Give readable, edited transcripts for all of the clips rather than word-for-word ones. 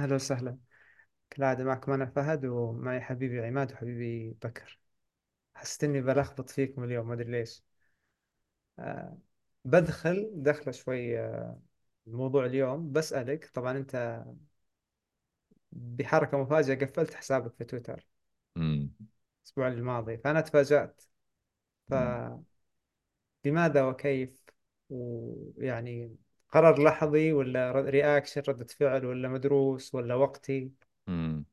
أهلا وسهلا. كالعادة معكم أنا فهد، ومعي حبيبي عماد وحبيبي بكر. حسيت إني بلخبط فيكم اليوم، ما أدري ليش. آه بدخل دخلة شوي. الموضوع اليوم بسألك، طبعا أنت بحركة مفاجئة قفلت حسابك في تويتر امم الأسبوع الماضي، فأنا تفاجأت. فلماذا وكيف؟ ويعني قرار لحظي ولا رياكشن، ردة فعل، ولا مدروس ولا وقتي؟ امم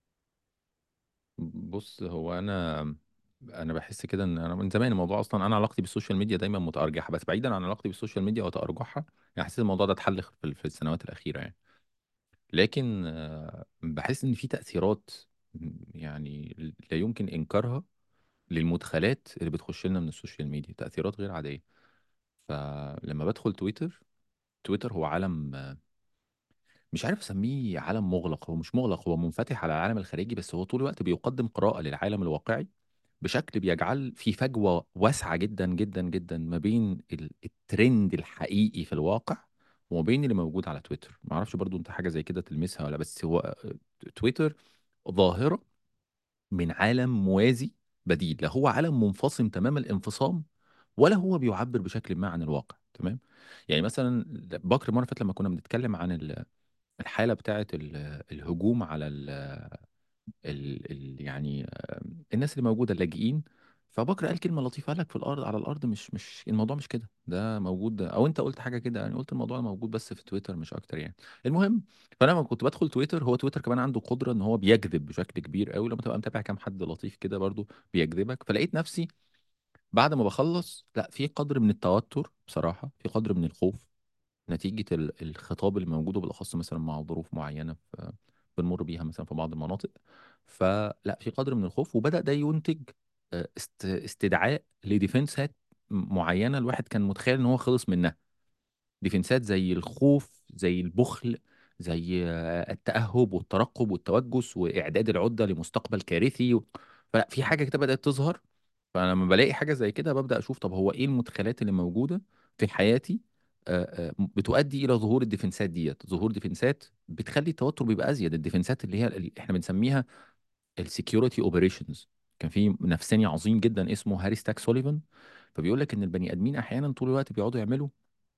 بص، هو انا بحس كده ان انا من زمان الموضوع اصلا، انا علاقتي بالسوشيال ميديا دايما متارجحه، بس بعيدا عن علاقتي بالسوشيال ميديا وتارجحها، يعني حسيت الموضوع ده اتحل في السنوات الاخيره يعني. لكن بحس ان في تاثيرات، يعني لا يمكن انكارها، للمدخلات اللي بتخش لنا من السوشيال ميديا، تاثيرات غير عاديه. فلما بدخل تويتر هو عالم، مش عارف اسميه عالم مغلق. هو مش مغلق، هو منفتح على العالم الخارجي، بس هو طول الوقت بيقدم قراءة للعالم الواقعي بشكل بيجعل في فجوة واسعة جدا جدا جدا ما بين الترند الحقيقي في الواقع وما بين اللي موجود على تويتر. ما اعرفش برضو انت حاجة زي كده تلمسها ولا، بس هو تويتر ظاهرة من عالم موازي بديل. لا هو عالم منفصل تمام الانفصام، ولا هو بيعبر بشكل ما عن الواقع تمام. يعني مثلا بكر المره اللي فاتت لما كنا بنتكلم عن الحالة بتاعت الهجوم على يعني الناس اللي موجودة اللاجئين، فبكر قال كلمة لطيفة، قال لك في الأرض، على الأرض مش الموضوع مش كده، ده موجود، أو أنت قلت حاجة كده يعني، قلت الموضوع موجود بس في تويتر مش أكتر يعني. المهم، فأنا لما كنت بدخل تويتر، هو تويتر كمان عنده قدرة إن هو بيجذب بشكل كبير قوي، لما تبقى متابع كام حد لطيف كده برضو بيجذبك. فلقيت نفسي بعد ما بخلص، لا، في قدر من التوتر بصراحة، في قدر من الخوف نتيجة الخطاب اللي موجود، وبالأخص مثلا مع ظروف معينة بنمر بيها مثلا في بعض المناطق. فلا في قدر من الخوف، وبدأ ده ينتج استدعاء لديفنسات معينة الواحد كان متخيل ان هو خلص منها. ديفنسات زي الخوف، زي البخل، زي التأهب والترقب والتوجس وإعداد العدة لمستقبل كارثي فلا في حاجة كده بدأت تظهر. فأنا لما بلاقي حاجة زي كده ببدأ أشوف طب هو إيه المدخلات اللي موجودة في حياتي بتؤدي إلى ظهور الديفنسات ديت. ظهور ديفنسات بتخلي التوتر بيبقى أزيد. الديفنسات اللي هي اللي إحنا بنسميها السكيورتي اوبريشنز. كان في نفساني عظيم جدا اسمه هاري ستاك سوليفان، فبيقول لك ان البني ادمين احيانا طول الوقت بيقعدوا يعملوا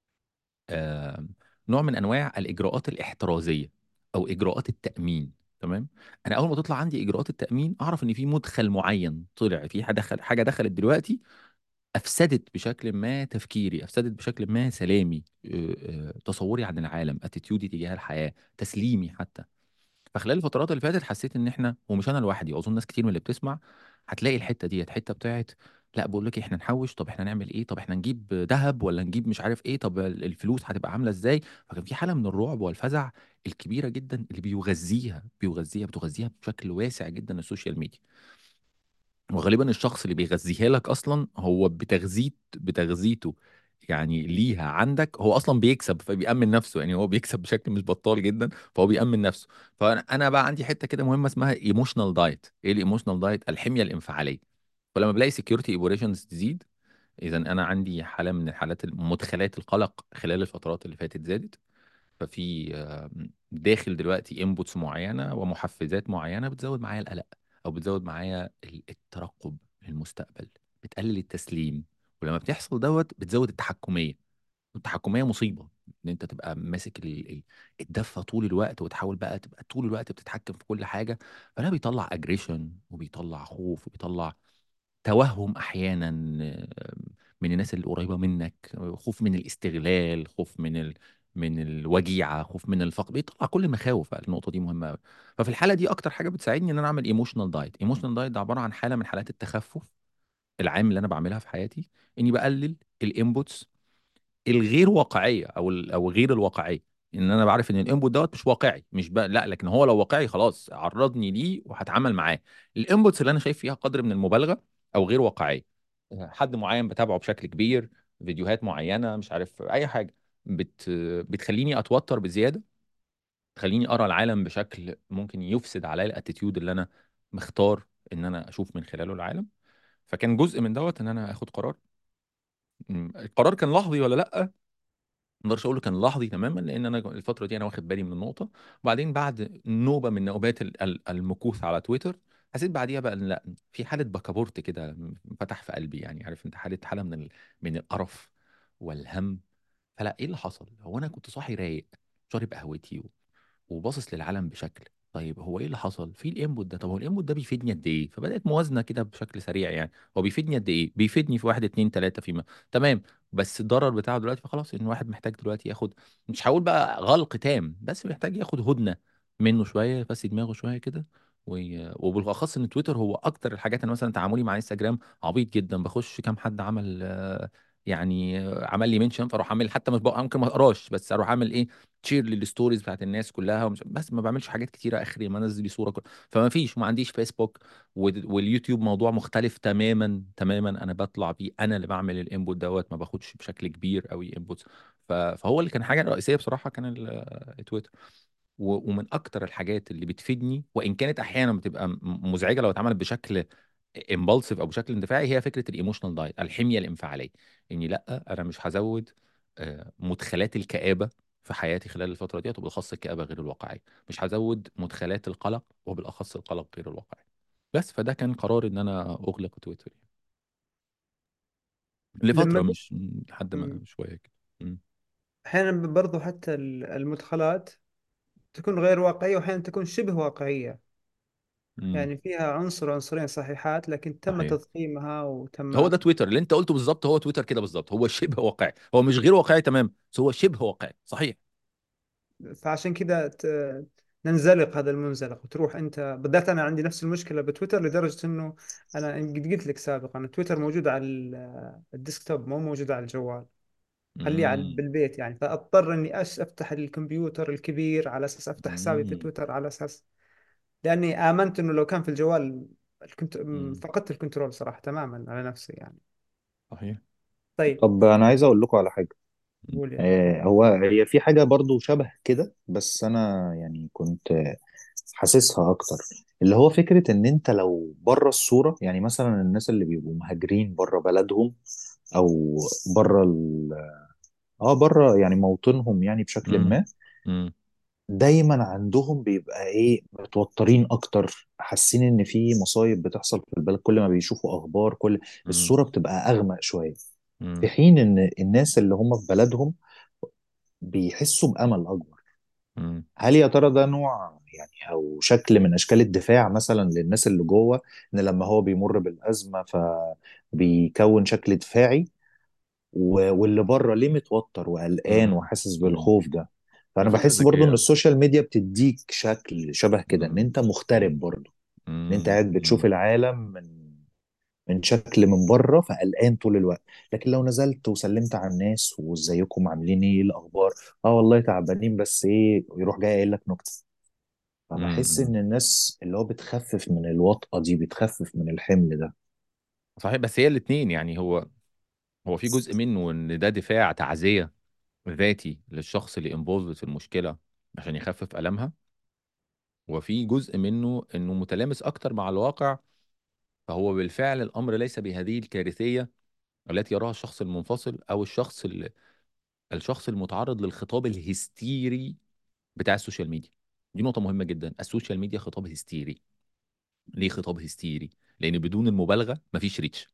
آه، نوع من انواع الاجراءات الاحترازيه او اجراءات التامين. تمام. انا اول ما تطلع عندي اجراءات التامين اعرف ان في مدخل معين طلع، في حاجه دخلت دلوقتي افسدت بشكل ما تفكيري، افسدت بشكل ما سلامي، تصوري عن العالم، اتيتيودي تجاه الحياه، تسليمي حتى. فخلال الفترات اللي فاتت حسيت ان احنا، ومش انا لوحدي، اظن ناس كتير من اللي بتسمع هتلاقي الحته ديت حته بتاعت لا بقول لك احنا نحوش، طب احنا نعمل ايه، طب احنا نجيب ذهب ولا نجيب مش عارف ايه، طب الفلوس هتبقى عامله ازاي. فكان في حاله من الرعب والفزع الكبيره جدا اللي بتغذيها بشكل واسع جدا السوشيال ميديا. وغالبا الشخص اللي بيغذيها لك اصلا هو بتغذيته يعني ليها عندك، هو اصلا بيكسب فبيأمن نفسه، يعني هو بيكسب بشكل مش بطال جدا، فهو بيأمن نفسه. فانا بقى عندي حته كده مهمه اسمها ايموشنال دايت. ايه الايموشنال دايت؟ الحميه الانفعاليه. فلما بلاقي سكيورتي اوبريشنز تزيد، اذا انا عندي حاله من الحالات مدخلات القلق خلال الفترات اللي فاتت زادت. ففي داخل دلوقتي انبوتس معينه ومحفزات معينه بتزود معايا القلق، او بتزود معايا الترقب للمستقبل، بتقلل التسليم. ولما بتحصل دوت بتزود التحكميه. التحكميه مصيبه، ان انت تبقى ماسك الدفه طول الوقت، وتحاول بقى تبقى طول الوقت بتتحكم في كل حاجه. فده بيطلع اجريشن، وبيطلع خوف، وبيطلع توهم احيانا من الناس اللي قريبه منك، خوف من الاستغلال، خوف من الوجيعه، خوف من الفقر، بيطلع كل المخاوف بقى. النقطه دي مهمه قوي. ففي الحاله دي اكتر حاجه بتساعدني ان انا اعمل ايموشنال دايت. ايموشنال دايت ده عباره عن حاله من حالات التخفف العام اللي انا بعملها في حياتي، اني بقلل الانبوتس الغير واقعيه او غير الواقعيه. ان انا بعرف ان الانبوت دوت مش واقعي، مش لا، لكن هو لو واقعي خلاص عرضني ليه وهتعامل معاه. الانبوتس اللي انا شايف فيها قدر من المبالغه او غير واقعيه، حد معين بتابعه بشكل كبير، فيديوهات معينه، مش عارف اي حاجه بتخليني اتوتر بزياده، تخليني ارى العالم بشكل ممكن يفسد عليا الاتيتيود اللي انا مختار ان انا اشوف من خلاله العالم. فكان جزء من دوت ان انا اخد قرار. القرار كان لحظي ولا لا؟ ما اقدرش اقول له كان لحظي تماما، لان انا الفتره دي انا واخد بالي من النقطه. وبعدين بعد نوبه من نوبات المكوث على تويتر، حسيت بعديها بقى ان لا، في حاله بكابورت كده فتح في قلبي، يعني عارف انت، حاله من من القرف والهم. فلا، ايه اللي حصل؟ هو انا كنت صاحي رايق، شارب قهوتي وباصص للعالم بشكل، طيب هو ايه اللي حصل في الانبوت ده؟ طب هو الانبوت ده بيفيدني قد ايه؟ فبدات موازنه كده بشكل سريع، يعني هو بيفيدني قد ايه؟ بيفيدني في واحد اتنين تلاته فيما، تمام. بس الضرر بتاعه دلوقتي، فخلاص ان الواحد محتاج دلوقتي ياخد، مش هقول بقى غلق تام، بس محتاج ياخد هدنه منه شويه، بس دماغه شويه كده. وبالاخص ان تويتر هو اكتر الحاجات. انا مثلا تعاملي مع انستجرام عبيط جدا، بخش كام حد عمل يعني عمل لي منشن، فاروح اعمل، حتى مش بقى ممكن ما اقراش، بس اروح اعمل ايه، تشير للستوريز بتاعت الناس كلها، ومش بس ما بعملش حاجات كتيره، اخري ما انزل لي صوره فما فيش، وما عنديش فيسبوك. واليوتيوب موضوع مختلف تماما تماما، انا بطلع بيه، انا اللي بعمل الانبوت دوت، ما باخدش بشكل كبير قوي انبوتس. فهو اللي كان حاجه رئيسيه بصراحه كان التويتر. ومن اكتر الحاجات اللي بتفيدني، وان كانت احيانا بتبقى مزعجه لو اتعملت بشكل امبulsive او بشكل اندفاعي، هي فكره الايموشنال دايت، الحميه الانفعاليه. اني لا، انا مش هزود مدخلات الكآبه في حياتي خلال الفتره ديت، وبالاخص الكآبه غير الواقعيه. مش هزود مدخلات القلق، وبالاخص القلق غير الواقعي. بس فده كان قرار ان انا اغلق تويتر يعني. لما لفتره، قلت مش لحد ما شويه كده. م- أحيانا برضو حتى المدخلات تكون غير واقعية، وأحيانا تكون شبه واقعية. م. يعني فيها عنصرين صحيحات لكن تم صحيح. تضخيمها هو وتم. ده تويتر اللي انت قلته بالظبط، هو تويتر كده بالظبط، هو شبه واقعي، هو مش غير واقعي تمام، بس هو شبه واقعي صحيح. فعشان كذا ننزلق هذا المنزلق وتروح انت. بالذات انا عندي نفس المشكله بتويتر، لدرجه انه انا قد قلت لك سابقا تويتر موجود على الديسكتوب، مو موجود على الجوال. خليه على امم. بالبيت يعني، فاضطر اني افتح الكمبيوتر الكبير على اساس افتح حسابي في امم. تويتر، على اساس لاني امنت انه لو كان في الجوال كنت امم. فقدت الكنترول صراحه تماما على نفسي يعني. صحيح. طيب. طب انا عايز اقول لكم على حاجه. مم. قول يا اخوي. هي في حاجه برضو شبه كده، بس انا يعني كنت حاسسها اكتر. اللي هو فكره ان انت لو بره الصوره، يعني مثلا الناس اللي بيبقوا مهاجرين بره بلدهم، او بره بره يعني موطنهم يعني بشكل امم. ما، امم. دايما عندهم بيبقى ايه، متوترين اكتر، حاسين ان في مصايب بتحصل في البلد، كل ما بيشوفوا اخبار كل امم. الصوره بتبقى اغمق شويه. في امم. حين ان الناس اللي هم في بلدهم بيحسوا بأمل أكبر. امم. هل يا ترى ده نوع يعني أو شكل من أشكال الدفاع مثلا للناس اللي جوه، إن لما هو بيمر بالأزمة فبيكون شكل دفاعي، واللي بره ليه متوتر وقلقان امم. وحاسس امم. بالخوف ده؟ فأنا فكره بحس برضو إن ذكيه. السوشيال ميديا بتديك شكل شبه كده، إن امم. أنت مغترب برضو، إن أنت قاعد بتشوف امم. العالم من شكل من بره، فقلقان طول الوقت. لكن لو نزلت وسلمت على الناس وازيكم عاملين ايه الاخبار، اه والله تعبانين بس ايه، يروح جاي قايل لك نكته. فبحس امم. ان الناس اللي هو بتخفف من الوطأة دي، بتخفف من الحمل ده. صحيح، بس هي الاثنين يعني. هو في جزء منه ان ده دفاع تعزيه ذاتي للشخص اللي انفولد في المشكله عشان يخفف المها، وفي جزء منه انه متلامس اكتر مع الواقع. فهو بالفعل الامر ليس بهذه الكارثيه التي يراها الشخص المنفصل، او الشخص المتعرض للخطاب الهستيري بتاع السوشيال ميديا. دي نقطة مهمة جدا، السوشيال ميديا خطاب هستيري. ليه خطاب هستيري؟ لأن بدون المبالغة مفيش ريتش.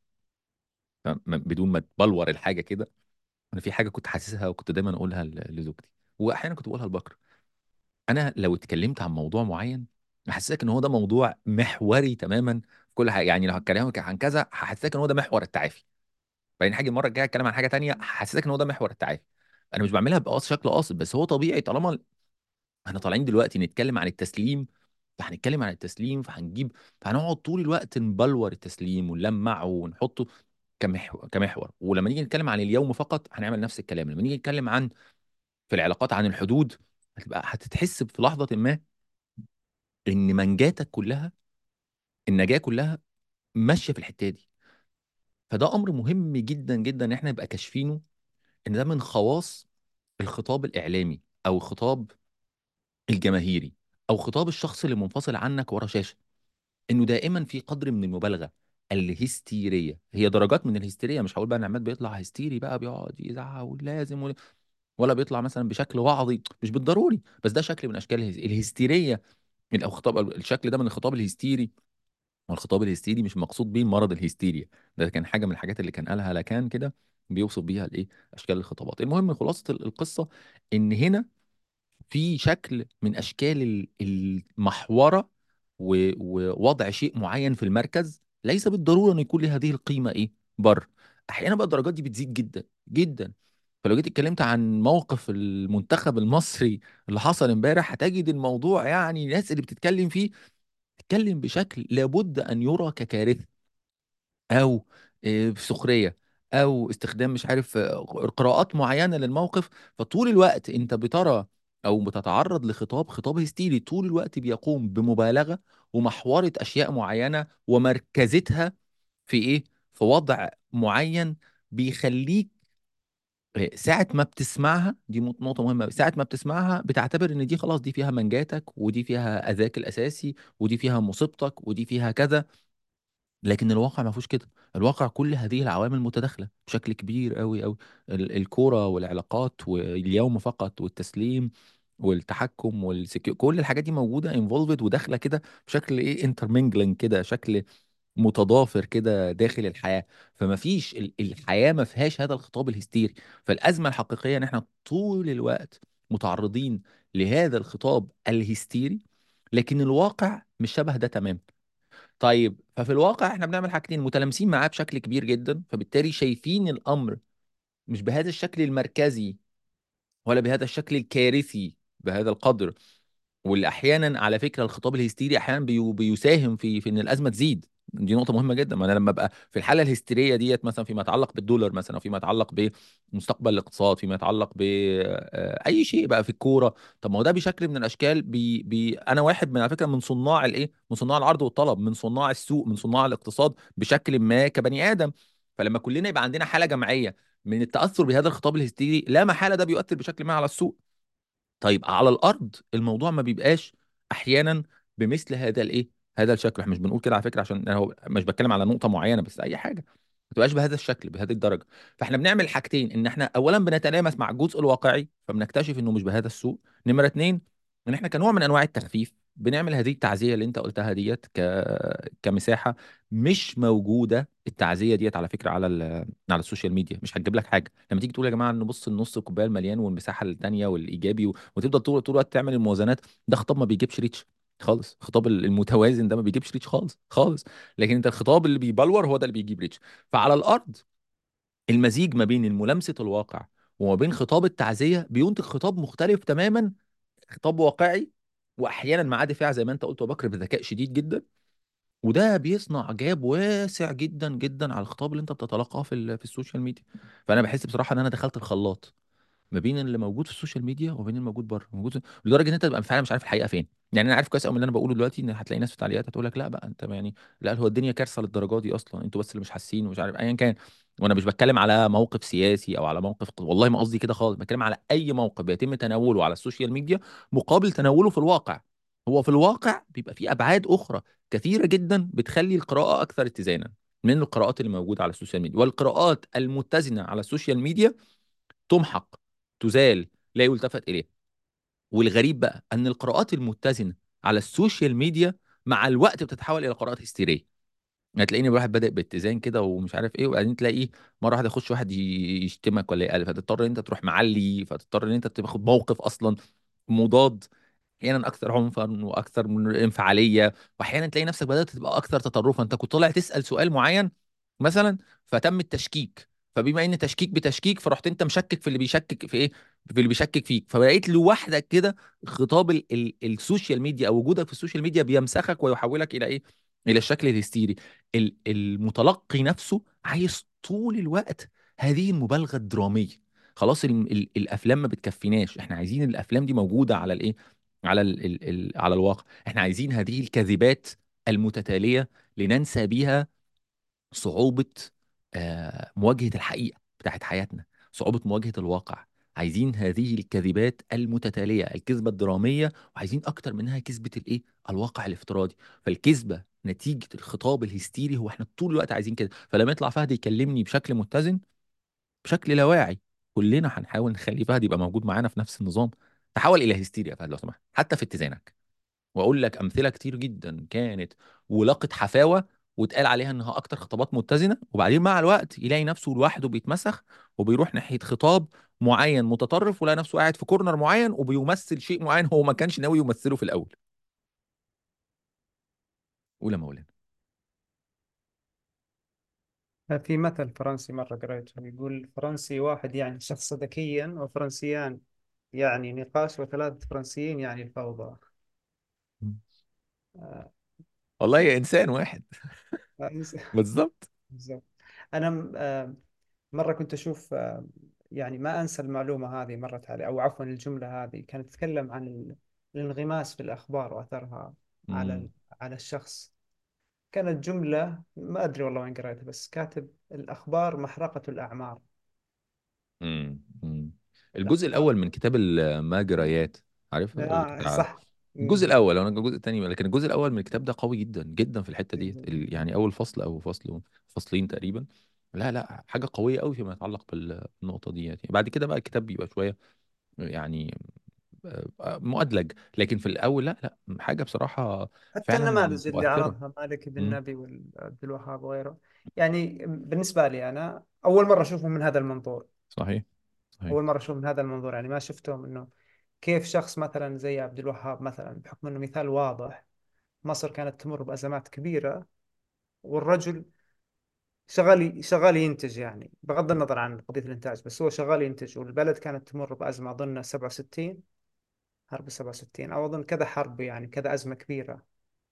بدون ما تبلور الحاجة كده. أنا في حاجة كنت حاسسها وكنت دايما أقولها لزوجتي، وأحيانا كنت بقولها لبكر. أنا لو اتكلمت عن موضوع معين، هحسسك إن هو ده موضوع محوري تماما في كل حاجة. يعني لو هتكلمك عن كذا، هحسسك إن هو ده محور التعافي. بعدين حاجة المرة الجاية أتكلم عن حاجة تانية، هحسسك إن هو ده محور التعافي. أنا مش بعملها بشكل قاصد، بس هو طبيعي طالما احنا طالعين دلوقتي نتكلم عن التسليم. فهنتكلم عن التسليم، فهنقعد طول الوقت نبلور التسليم ونلمعه ونحطه كمحور. ولما نيجي نتكلم عن اليوم فقط هنعمل نفس الكلام. لما نيجي نتكلم عن في العلاقات عن الحدود، هتتحس في لحظة ما ان منجاتك كلها، النجاة كلها ماشية في الحتة دي. فده امر مهم جدا جدا ان احنا نبقى كاشفينه، ان ده من خواص الخطاب الاعلامي، او الخطاب الجماهيري، او خطاب الشخص اللي منفصل عنك ورا شاشة. انه دائما في قدر من المبالغه الهستيريه. هي درجات من الهستيريه، مش هقول بقى ان عماد بيطلع هستيري بقى بيقعد يزعق ولازم ولا بيطلع مثلا بشكل وعظي، مش بالضروري، بس ده شكل من اشكال الهستيريه، او خطاب الشكل ده من الخطاب الهستيري. والخطاب الهستيري مش مقصود بيه مرض الهستيريا، ده كان حاجه من الحاجات اللي كان قالها لاكان كده، بيوصف بيها الايه، اشكال الخطابات. المهم خلاصه القصه ان هنا في شكل من اشكال المحوره ووضع شيء معين في المركز، ليس بالضروره ان يكون له هذه القيمه ايه بره. احيانا بقى الدرجات دي بتزيد جدا جدا. فلو جيت اتكلمت عن موقف المنتخب المصري اللي حصل امبارح، هتجد الموضوع يعني الناس اللي بتتكلم فيه بتتكلم بشكل لابد ان يرى ككارثه، او سخريه، او استخدام مش عارف قراءات معينه للموقف. فطول الوقت انت بترى او بتتعرض خطاب هستيري طول الوقت بيقوم بمبالغه ومحورة اشياء معينه ومركزتها في ايه، في وضع معين بيخليك ساعة ما بتسمعها، دي نقطة مهمة أوي، ساعة ما بتسمعها بتعتبر إن دي خلاص، دي فيها منجاتك، ودي فيها أذاك الأساسي، ودي فيها مصيبتك، ودي فيها كذا. لكن الواقع ما فيهوش كده. الواقع كل هذه العوامل متداخلة بشكل كبير قوي قوي. الكورة والعلاقات واليوم فقط والتسليم والتحكم كل الحاجات دي موجودة انفولفد وداخلة كده بشكل ايه، انترمينجلنج كده، شكل متضافر كده داخل الحياة. فما فيش الحياة ما فيهاش هذا الخطاب الهستيري. فالأزمة الحقيقية ان احنا طول الوقت متعرضين لهذا الخطاب الهستيري، لكن الواقع مش شبه ده تماما. طيب ففي الواقع احنا بنعمل حاجتين متلامسين معاه بشكل كبير جدا، فبالتالي شايفين الامر مش بهذا الشكل المركزي ولا بهذا الشكل الكارثي بهذا القدر. واللي احيانا على فكره الخطاب الهستيري احيانا بيساهم في ان الازمه تزيد. دي نقطه مهمه جدا. ما انا لما ابقى في الحاله الهستيريه ديت مثلا فيما يتعلق بالدولار مثلا، او فيما يتعلق بمستقبل الاقتصاد، فيما يتعلق ب اي شيء بقى في الكوره، طب ما هو ده بشكل من الاشكال انا واحد من على فكره من صناع الايه، من صناع العرض والطلب، من صناع السوق، من صناع الاقتصاد بشكل ما كبني ادم. فلما كلنا يبقى عندنا حاله جماعيه من التاثر بهذا الخطاب الهستيري، لا محاله ده بيؤثر بشكل ما على السوق. طيب على الارض الموضوع ما بيبقاش احيانا بمثل هذا الايه، هذا الشكل. احنا مش بنقول كده على فكره عشان انا مش بتكلم على نقطه معينه، بس اي حاجه ما تبقاش بهذا الشكل بهذه الدرجه. فاحنا بنعمل حاجتين، ان احنا اولا بنتلامس مع الجزء الواقعي فبنكتشف انه مش بهذا السوء. نمره اتنين، ان احنا كنوع من انواع التخفيف بنعمل هذه التعزيه اللي انت قلتها ديت كمساحه مش موجوده. التعزيه ديت على فكره على السوشيال ميديا مش هتجيب لك حاجه. لما تيجي تقول يا جماعه نبص النص الكوبايه المليان والمساحه الثانيه والايجابي وتفضل طول الوقت تعمل الموازنات، ده خطاب ما بيجيبش ريتش خالص. الخطاب المتوازن ده ما بيجيبش ريتش خالص خالص. لكن انت الخطاب اللي بيبلور هو ده اللي بيجيب ريتش. فعلى الارض المزيج ما بين ملامسه الواقع وما بين خطاب التعزيه بينتج خطاب مختلف تماما، خطاب واقعي واحيانا معاه دفاع زي ما انت قلت يا بكر بذكاء شديد جدا. وده بيصنع جاب واسع جدا جدا على الخطاب اللي انت بتتلقاه في السوشيال ميديا. فانا بحس بصراحه ان انا دخلت الخلاط ما بين اللي موجود في السوشيال ميديا وبين الموجود بره، لدرجه ان انت تبقى فعلا مش عارف الحقيقه فين. يعني انا عارف كويس قوي من اللي انا بقوله دلوقتي ان هتلاقي ناس في التعليقات هتقول لك لا بقى انت يعني، لا هو الدنيا كارثه للدرجه دي اصلا، انتوا بس اللي مش حاسين ومش عارف ايا كان. وانا مش بتكلم على موقف سياسي او على موقف والله ما قصدي كده خالص، بتكلم على اي موقف بيتم تناوله على السوشيال ميديا مقابل تناوله في الواقع. هو في الواقع بيبقى فيه ابعاد اخرى كثيره جدا بتخلي القراءه اكثر اتزانا من القراءات اللي موجوده على السوشيال ميديا. والقراءات المتزنه على السوشيال ميديا تمحق، تزال، لا يلتفت إليه. والغريب بقى أن القراءات المتزنة على السوشيال ميديا مع الوقت بتتحول إلى قراءات هستيرية. هتلاقيني الواحد بادئ باتزان كده ومش عارف ايه، وبعدين تلاقيه مره واحده يخش واحد يشتمك ولا يقلب، فتضطر ان انت تروح معلي، فتضطر ان انت تاخد موقف اصلا مضاد، احيانا اكثر عنفا واكثر من انفعاليه. واحيانا تلاقي نفسك بدات تبقى اكثر تطرفا، انت كنت طالع تسال سؤال معين مثلا فتم التشكيك، فبما ان تشكيك بتشكيك فرحت انت مشكك في اللي بيشكك في ايه، في اللي بيشكك فيك، فبقيت لوحدك كده. خطاب السوشيال ميديا او وجودك في السوشيال ميديا بيمسخك ويحولك الى ايه، الى الشكل الهستيري. المتلقي نفسه عايز طول الوقت هذه المبالغه الدراميه. خلاص الافلام ما بتكفيناش، احنا عايزين الافلام دي موجوده على الايه، على الواقع. احنا عايزين هذه الكذبات المتتالية لننسى بيها صعوبة مواجهة الحقيقة بتاعت حياتنا، صعوبة مواجهة الواقع. عايزين هذه الكذبات المتتالية، الكذبة الدرامية، وعايزين أكتر منها كذبة الإيه؟ الواقع الافتراضي. فالكذبة نتيجة الخطاب الهستيري هو احنا طول الوقت عايزين كده. فلما يطلع فهد يكلمني بشكل متزن، بشكل لا واعي، كلنا هنحاول نخلي فهد يبقى موجود معانا في نفس النظام. تحول الى هستيريا يا فهد لو سمحت، حتى في اتزانك. واقول لك امثله كتير جدا كانت ولاقت حفاوه واتقال عليها انها اكتر خطابات متزنه، وبعدين مع الوقت يلاقي نفسه لوحده بيتمسخ وبيروح ناحيه خطاب معين متطرف، ولا نفسه قاعد في كورنر معين وبيمثل شيء معين هو ما كانش ناوي يمثله في الاول. قول يا مولانا. في مثل فرنسي مرة قريته يقول: الفرنسي واحد يعني شخص ذكيا، وفرنسيان يعني نقاش، وثلاثة فرنسيين يعني الفوضى. آه، والله يا انسان واحد. بالظبط. بالضبط. أنا مرة كنت أشوف، يعني ما أنسى المعلومة هذه مرت علي، أو عفوا الجملة هذه كانت تتكلم عن الانغماس في الأخبار وأثرها على مم. على الشخص. كانت جملة ما أدري والله وين قريتها، بس كاتب: الأخبار محرقة الأعمار. مم. الجزء الأخبار. الاول من كتاب الماجريات، عارف بتاع صح. الجزء مم. الاول، انا الجزء الثاني، لكن الجزء الاول من الكتاب ده قوي جدا جدا في الحته ديت يعني اول فصل او فصل فصلين تقريبا. لا لا، حاجه قويه قوي فيما يتعلق بالنقطه ديت يعني. بعد كده بقى الكتاب بيبقى شويه يعني مؤدلج، لكن في الاول لا لا، حاجه بصراحه حتى فعلا النماذج اللي مؤثره. عرضها مالك بن مم. نبي وعبد الوهاب وغيره، يعني بالنسبة لي أنا أول مرة أشوفه من هذا المنظور. صحيح صحيح. أول مرة أشوف من هذا المنظور، يعني ما شفتهم إنه كيف شخص مثلا زي عبد الوهاب مثلا، بحكم إنه مثال واضح. مصر كانت تمر بأزمات كبيرة، والرجل شغال ينتج، يعني بغض النظر عن قضية الإنتاج، بس هو شغال ينتج. والبلد كانت تمر بأزمة، أظن 67، حرب 67، أو أظن كذا حرب، يعني كذا أزمة كبيرة.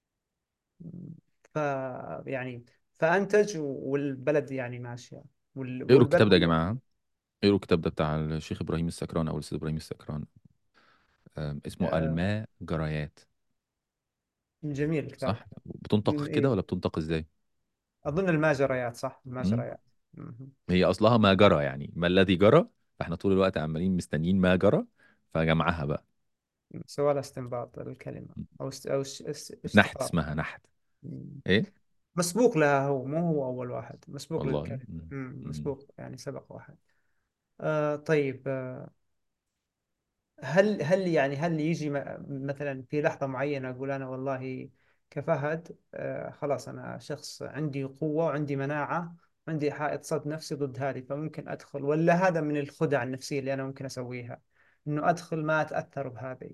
ف يعني فأنتج، والبلد يعني ماشية، اقروا الكتاب ده يا والبلد. جماعه، اقروا الكتاب ده بتاع الشيخ ابراهيم السكران او الاستاذ ابراهيم السكران. اسمه آه، الماء جريات. جميل الكتاب. صح، بتنطق كده إيه، ولا بتنطق ازاي؟ أظن الماجريات، صح، مم. الماجريات. مهم. هي اصلها ما جرى، يعني ما الذي جرى، فاحنا طول الوقت عمالين مستنيين ما جرى، فجمعها بقى. سواء استنباط الكلمة مم. أو نحت، اشتقاق. اسمها نحت. مم. ايه. مسبوق لها، هو مو هو أول واحد مسبوق والله. للكلمة. مم. مم. مسبوق يعني سبق واحد. طيب، هل يجي مثلا في لحظة معينة أقول أنا والله كفهد، خلاص أنا شخص عندي قوة وعندي مناعة، عندي حائط صد نفسي ضد هذه، فممكن أدخل؟ ولا هذا من الخدع النفسية اللي أنا ممكن أسويها، إنه أدخل ما أتأثر بهذه؟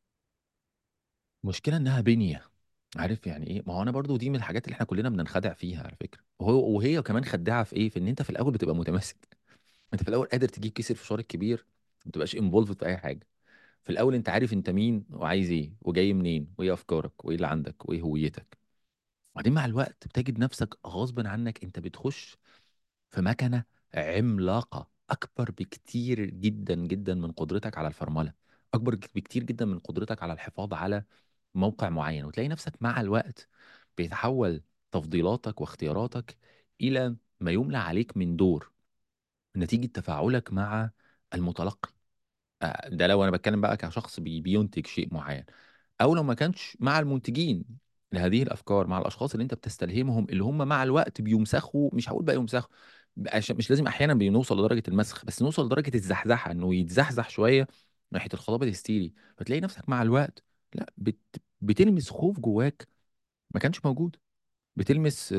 المشكله انها بنيه. عارف يعني ايه؟ ما هو انا برضو دي من الحاجات اللي احنا كلنا بننخدع فيها على فكره، وهي كمان خداعه في ايه؟ في ان انت في الاول بتبقى متماسك. انت في الاول قادر تجيب كيس الفشار الكبير، ما تبقاش انفولفد في اي حاجه. في الاول انت عارف انت مين وعايز ايه وجاي منين وايه افكارك وايه اللي عندك وايه هويتك. وبعدين مع الوقت بتجد نفسك غصب عنك انت بتخش في مكنه عملاقه اكبر بكتير جدا جدا من قدرتك على الفرمله، اكبر بكتير جدا من قدرتك على الحفاظ على موقع معين. وتلاقي نفسك مع الوقت بيتحول تفضيلاتك واختياراتك الى ما يملى عليك من دور نتيجه تفاعلك مع المتلقي. ده لو انا بتكلم بقى كشخص بينتج شيء معين، او لو ما كانش مع المنتجين لهذه الافكار، مع الاشخاص اللي انت بتستلهمهم اللي هم مع الوقت بيمسخوا. مش هقول بقى يمسخوا، عشان مش لازم احيانا بنوصل لدرجه المسخ، بس نوصل لدرجه الزحزحه، انه يتزحزح شويه ناحيه الخطاب الهستيري. فتلاقي نفسك مع الوقت لا بتلمس خوف جواك ما كانش موجود. بتلمس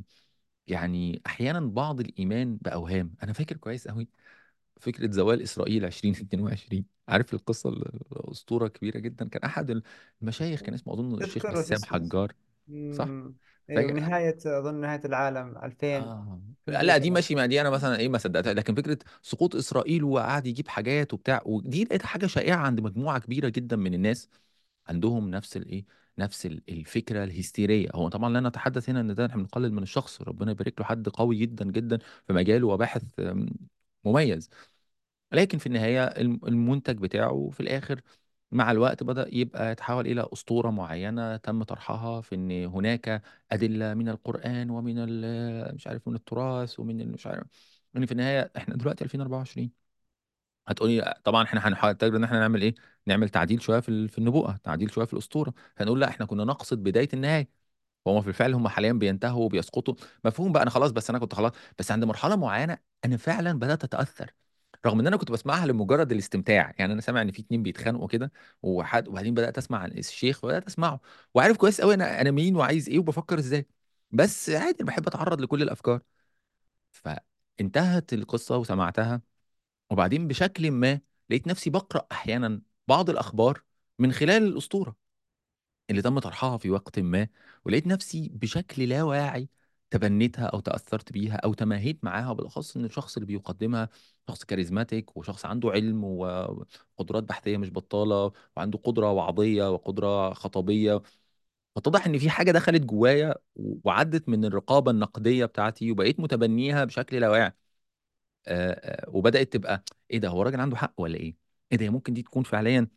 يعني احيانا بعض الايمان باوهام. انا فاكر كويس قوي فكرة زوال إسرائيل 2022. عارف القصة الأسطورة كبيرة جدا، كان أحد المشايخ كان اسمه أظن الشيخ تذكر وش بسام اسمه؟ حجار. صح؟ مم. أيوه، فاكر. نهاية، أظن نهاية العالم 2000، لا دي 2003. ماشي، ما دي أنا مثلا إيه ما صدقتها، لكن فكرة سقوط إسرائيل وقعد يجيب حاجات وبتاع، ودي لقيتها حاجة شائعة عند مجموعة كبيرة جدا من الناس عندهم نفس الإيه، نفس الفكرة الهستيرية. هو طبعا لا نتحدث هنا إن ده احنا بنقلل من الشخص، ربنا يبارك له، حد قوي جدا جدا في مجاله وباحث مميز. لكن في النهاية المنتج بتاعه في الآخر مع الوقت بدأ يبقى يتحول إلى أسطورة معينة تم طرحها في إن هناك أدلة من القرآن ومن مش عارف من التراث ومن مش عارف. إن في النهاية إحنا دلوقتي 2024. هتقولي طبعا إحنا هنحتاج إن إحنا نعمل إيه؟ نعمل تعديل شوية في النبوءة، تعديل شوية في الأسطورة. هنقول لا إحنا كنا نقصد بداية النهاية. وهم في الفعل هم حاليا بينتهوا وبيسقطوا. مفهوم بقى، انا خلاص، بس انا كنت خلاص، بس عند مرحله معينه انا فعلا بدات اتاثر. رغم ان انا كنت بسمعها لمجرد الاستمتاع. يعني انا سامع ان في اتنين بيتخانقوا كده وبعدين بدات اسمع عن الشيخ وبدات اسمعه، وعارف كويس قوي انا مين وعايز ايه وبفكر ازاي. بس عادي انا بحب اتعرض لكل الافكار. فانتهت القصه وسمعتها، وبعدين بشكل ما لقيت نفسي بقرا احيانا بعض الاخبار من خلال الاسطوره اللي تم طرحها في وقت ما، ولقيت نفسي بشكل لا واعي تبنيتها او تاثرت بيها او تماهيت معاها، بالاخص ان الشخص اللي بيقدمها شخص كاريزماتيك وشخص عنده علم وقدرات بحثيه مش بطاله، وعنده قدره وعظيه وقدره خطابيه. فاتضح ان في حاجه دخلت جوايا وعدت من الرقابه النقديه بتاعتي وبقيت متبنيها بشكل لا واعي. وبدات تبقى ايه ده، هو الراجل عنده حق ولا ايه؟ ايه ده، هي ممكن دي تكون فعليا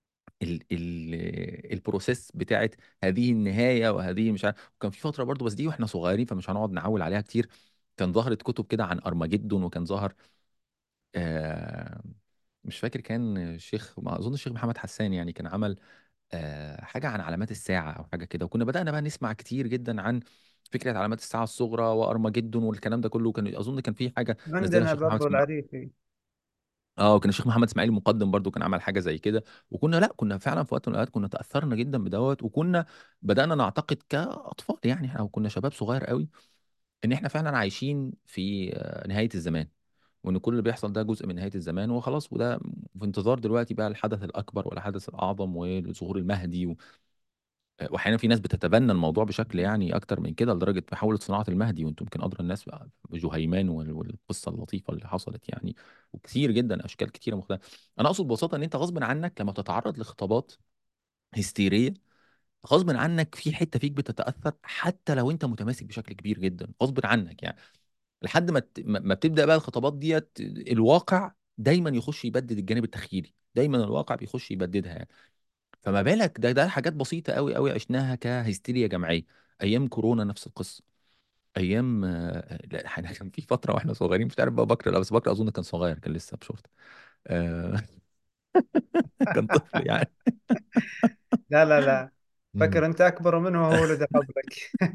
البروسيس بتاعت هذه النهايه وهذه مش عارف. وكان في فتره برضو، بس دي واحنا صغيرين فمش هنقعد نعول عليها كتير، كان ظهرت كتب كده عن ارمجدون، وكان ظهر آه مش فاكر كان الشيخ، ما اظن الشيخ محمد حسان يعني كان عمل حاجه عن علامات الساعه او حاجه كده. وكنا بدانا بقى نسمع كتير جدا عن فكره علامات الساعه الصغرى وارمجدون والكلام ده كله. كان اظن كان في حاجه نزلها عندنا الشيخ محمد برضو اسماعيل. العريفي. اه، وكان الشيخ محمد اسماعيل المقدم برضو كان عمل حاجه زي كده. وكنا لا كنا فعلا في وقت من الاوقات كنا تاثرنا جدا بدوت، وكنا بدانا نعتقد كاطفال يعني احنا كنا شباب صغير قوي ان احنا فعلا عايشين في نهايه الزمان، وان كل اللي بيحصل ده جزء من نهايه الزمان وخلاص. وده في انتظار دلوقتي بقى الحدث الاكبر والحدث الاعظم وظهور المهدي واحيانا في ناس بتتبنى الموضوع بشكل يعني اكتر من كده لدرجه محاوله صناعه المهدي، وانتم يمكن ادرى الناس بقى بجهيمان والقصه اللطيفه اللي حصلت يعني. وكثير جدا اشكال كثيره مختلفه. انا اقصد ببساطه ان انت غصب عنك لما تتعرض لخطابات هستيريه، غصب عنك في حته فيك بتتاثر حتى لو انت متماسك بشكل كبير جدا غصب عنك يعني. لحد ما بتبدا بقى الخطابات ديت الواقع دايما يخش يبدد الجانب التخيلي، دايما الواقع بيخش يبددها يعني. فما بالك ده حاجات بسيطة قوي قوي عشناها كهستيريا جماعية. أيام كورونا نفس القصة. أيام لا احنا كان في فترة واحنا صغيرين، مش عارف بقى بكر، لا بس بكر أظن كان صغير، كان لسه بشورت. آه، كان طفل يعني. لا لا لا، مم. فكر أنت أكبر منه وهو ولد حبلك.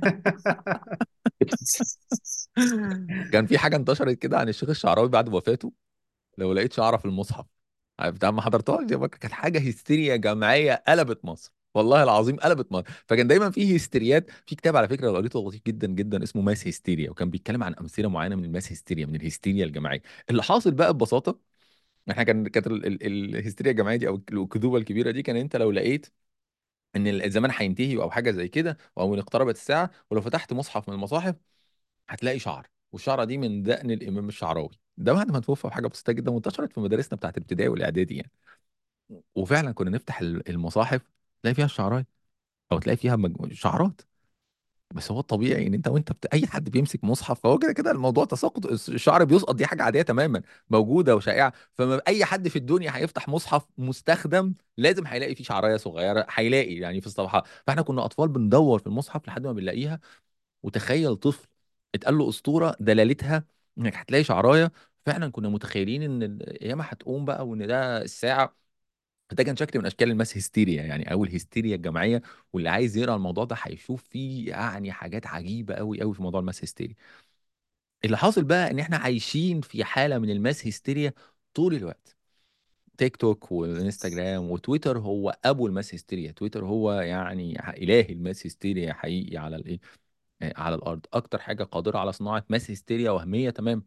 كان في حاجة انتشرت كده عن الشيخ الشعراوي بعد وفاته، لو لقيت شعره في المصحف. عارف بتاع ما حضرتهاش دي بكر؟ كانت حاجه هستيريا جماعيه قلبت مصر، والله العظيم قلبت مصر. فكان دايما فيه هستيريات. في كتاب على فكره لو قريته لطيف جدا جدا اسمه ماس هستيريا، وكان بيتكلم عن امثله معينه من الماس هستيريا، من الهستيريا الجماعيه. اللي حاصل بقى ببساطه، احنا كانت الهستيريا الجماعيه دي او الكذوبه الكبيره دي، كان انت لو لقيت ان الزمان هينتهي او حاجه زي كده او ان اقتربت الساعه، ولو فتحت مصحف من المصاحف هتلاقي شعر، والشعره دي من دقن الامام الشعراوي. ده بعد ما توفى، بحاجه بسيطه جدا وانتشرت في مدارسنا بتاعت الابتدائي والاعدادي يعني. وفعلا كنا نفتح المصاحف تلاقي فيها الشعرايه، او تلاقي فيها شعرات. بس هو الطبيعي ان انت اي حد بيمسك مصحف فهو كده كده الموضوع تساقط الشعر بيسقط، دي حاجه عاديه تماما موجوده وشائعه. فما اي حد في الدنيا هيفتح مصحف مستخدم لازم هيلاقي فيه شعرايه صغيره، هيلاقي يعني في الصفحات. فاحنا كنا اطفال بندور في المصحف لحد ما بنلاقيها. وتخيل طفل اتقال له اسطوره دلالتها انك هتلاقي شعرايه، فعلا كنا متخيلين ان القيامه هتقوم بقى وان ده الساعه. ده كان شكل من اشكال الماس هيستيريا يعني، او الهستيريا الجماعيه. واللي عايز يقرا الموضوع ده هيشوف فيه يعني حاجات عجيبه قوي قوي في موضوع الماس هيستيريا. اللي حاصل بقى ان احنا عايشين في حاله من الماس هيستيريا طول الوقت. تيك توك والانستجرام وتويتر هو ابو الماس هيستيريا. تويتر هو يعني اله الماس هيستيريا حقيقي على الايه، على الارض. اكتر حاجه قادره على صناعه ماس هيستيريا وهميه تمام.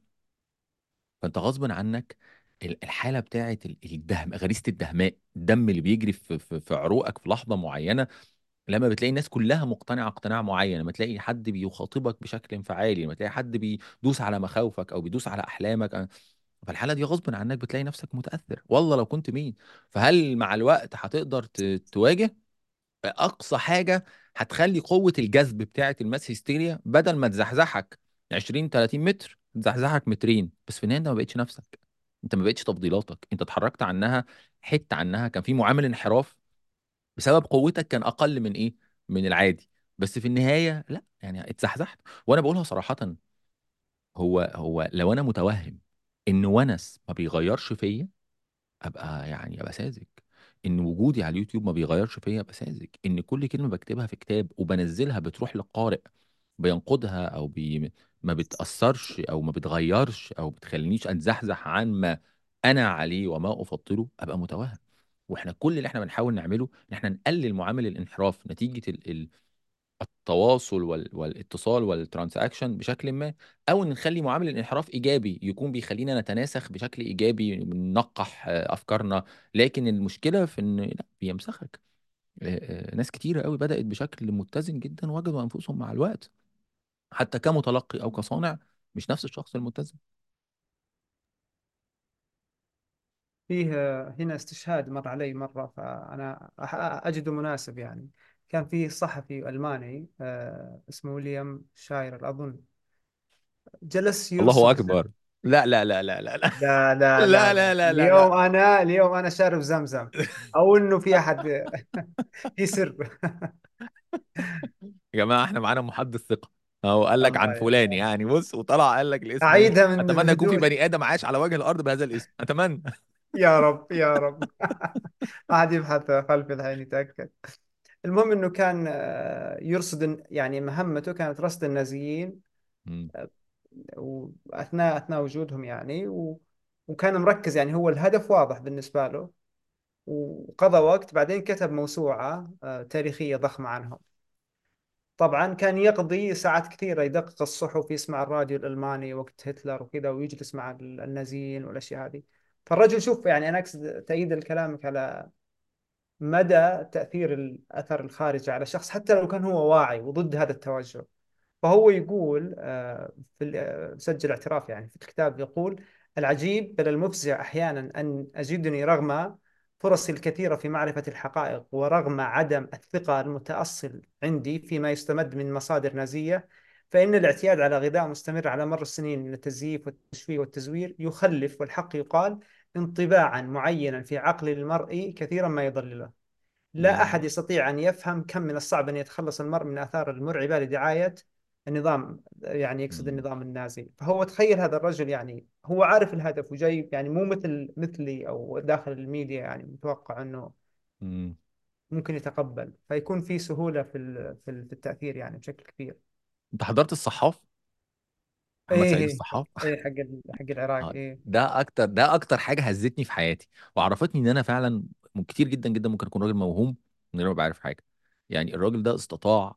فانت غصب عنك الحاله بتاعت الدهم، غريزه الدهماء، الدم اللي بيجري في عروقك في لحظه معينه. لما بتلاقي الناس كلها مقتنعه اقتناع معين، لما تلاقي حد بيخاطبك بشكل انفعالي، لما تلاقي حد بيدوس على مخاوفك او بيدوس على احلامك، فالحاله دي غصب عنك بتلاقي نفسك متاثر والله لو كنت مين. فهل مع الوقت هتقدر تواجه؟ اقصى حاجه هتخلي قوه الجذب بتاعه الماس هيستيريا بدل ما تزحزحك 20 30 متر تزحزحك مترين بس. في النهايه انت ما بقتش نفسك، انت ما بقتش تفضيلاتك، انت اتحركت عنها، حته عنها. كان في معامل انحراف بسبب قوتك كان اقل من ايه، من العادي. بس في النهايه لا يعني اتزحزحت. وانا بقولها صراحه، هو لو انا متوهم ان ونس ما بيغيرش فيا، ابقى يعني ابقى ساذج. ان وجودي على اليوتيوب ما بيغيرش فيا، ابقى ساذج. ان كل كلمه بكتبها في كتاب وبنزلها بتروح للقارئ بينقدها ما بتاثرش او ما بتغيرش او بتخلينيش اتزحزح عن ما انا عليه وما افضله ابقى متوهم. واحنا كل اللي احنا بنحاول نعمله ان احنا نقلل معامل الانحراف نتيجه التواصل والاتصال والترانزاكشن بشكل ما، او نخلي معامل الانحراف ايجابي يكون بيخلينا نتناسخ بشكل ايجابي ننقح افكارنا. لكن المشكله في ان لا بيمسخك. ناس كتيره قوي بدات بشكل متزن جدا وجدوا انفسهم مع الوقت حتى كمتلقي او كصانع مش نفس الشخص المتزن. فيه هنا استشهاد مر علي مرة، فأنا أجده مناسب يعني. كان فيه صحفي ألماني اسمه ويليام شاير أظن، جلس الله يرصد اكبر. لا لا لا لا لا لا. لا لا لا لا لا، لا لا لا لا. اليوم أنا شارب زمزم، أو إنه في أحد في سر. يا جماعه احنا معانا محدث ثقه اهو قال لك عن الله فلان يحفظك. يعني، بص وطلع قال لك الاسم ايه. أعيدها من اتمنى يكون في بدون. بني ادم عاش على وجه الارض بهذا الاسم، اتمنى. يا رب يا رب. قاعد يبحث خلفي الحين يتأكد. المهم انه كان يرصد، يعني مهمته كانت رصد النازيين مم. واثناء وجودهم يعني وكان مركز، يعني هو الهدف واضح بالنسبة له. وقضى وقت، بعدين كتب موسوعة تاريخية ضخمة عنهم. طبعا كان يقضي ساعات كثيرة يدقق الصحف، يسمع الراديو الألماني وقت هتلر وكذا، ويجلس مع النازيين والأشياء هذه. فالرجل، شوف يعني أنا أقصد تأييد كلامك على مدى تأثير الأثر الخارجي على شخص حتى لو كان هو واعي وضد هذا التوجه. فهو يقول سجل اعتراف يعني في الكتاب، يقول: العجيب بل المفزع أحيانا أن أجدني رغم فرصي الكثيرة في معرفة الحقائق، ورغم عدم الثقة المتأصل عندي فيما يستمد من مصادر نازية، فإن الاعتياد على غذاء مستمر على مر السنين من التزييف والتشويه والتزوير يخلف، والحق يقال، انطباعا معينا في عقل المرء كثيرا ما يضلله. لا مم. أحد يستطيع أن يفهم كم من الصعب أن يتخلص المرء من آثار المرعبة لدعاية النظام، يعني يقصد مم. النظام النازي. فهو تخيل هذا الرجل، يعني هو عارف الهدف وجاي، يعني مو مثلي أو داخل الميديا، يعني متوقع أنه مم. ممكن يتقبل، فيكون في سهولة في التأثير يعني بشكل كبير. انت حضرت الصحاف؟ محمد سعيد إيه الصحاف. إيه، حق العراق، اه إيه. ده اكتر حاج هزتني في حياتي وعرفتني ان انا فعلا كتير جدا جدا ممكن اكون راجل موهوم من غير ما بعرف حاجه. يعني الراجل ده استطاع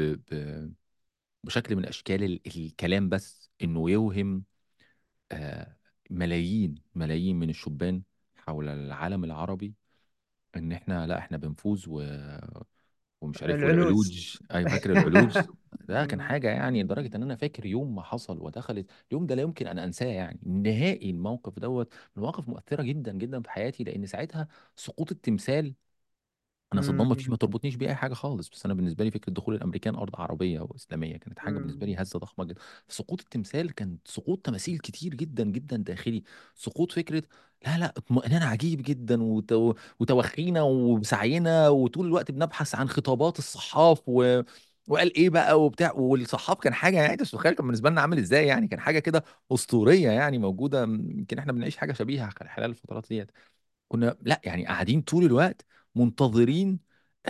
بشكل من اشكال الكلام بس انه يوهم آه، ملايين ملايين من الشبان حول العالم العربي ان احنا لا احنا بنفوز ومش عارف العلوج. والعلوج. ايوه فاكر العلوج. ده كان مم. حاجه يعني لدرجه ان انا فاكر يوم ما حصل ودخلت اليوم ده لا يمكن ان انساه يعني نهائي. الموقف دوت من المواقف مؤثره جدا جدا في حياتي لان ساعتها سقوط التمثال انا صدمت فيه، مم. ما تربطنيش بيه اي حاجه خالص، بس انا بالنسبه لي فكره دخول الامريكان ارض عربيه واسلاميه كانت حاجه بالنسبه لي مم. هزه ضخمه جدا. سقوط التمثال كان سقوط تماثيل كتير جدا جدا داخلي. سقوط فكره لا لا اطمئنان عجيب جدا وتوخينا وسعينا وطول الوقت بنبحث عن خطابات الصحاف وقال ايه بقى وبتاع. والصحاف كان حاجه يعني تخيل كان بالنسبه لنا عامل ازاي يعني، كان حاجه كده اسطوريه يعني موجوده. يمكن احنا بنعيش حاجه شبيهه خلال الفترات ديت. كنا لا يعني قاعدين طول الوقت منتظرين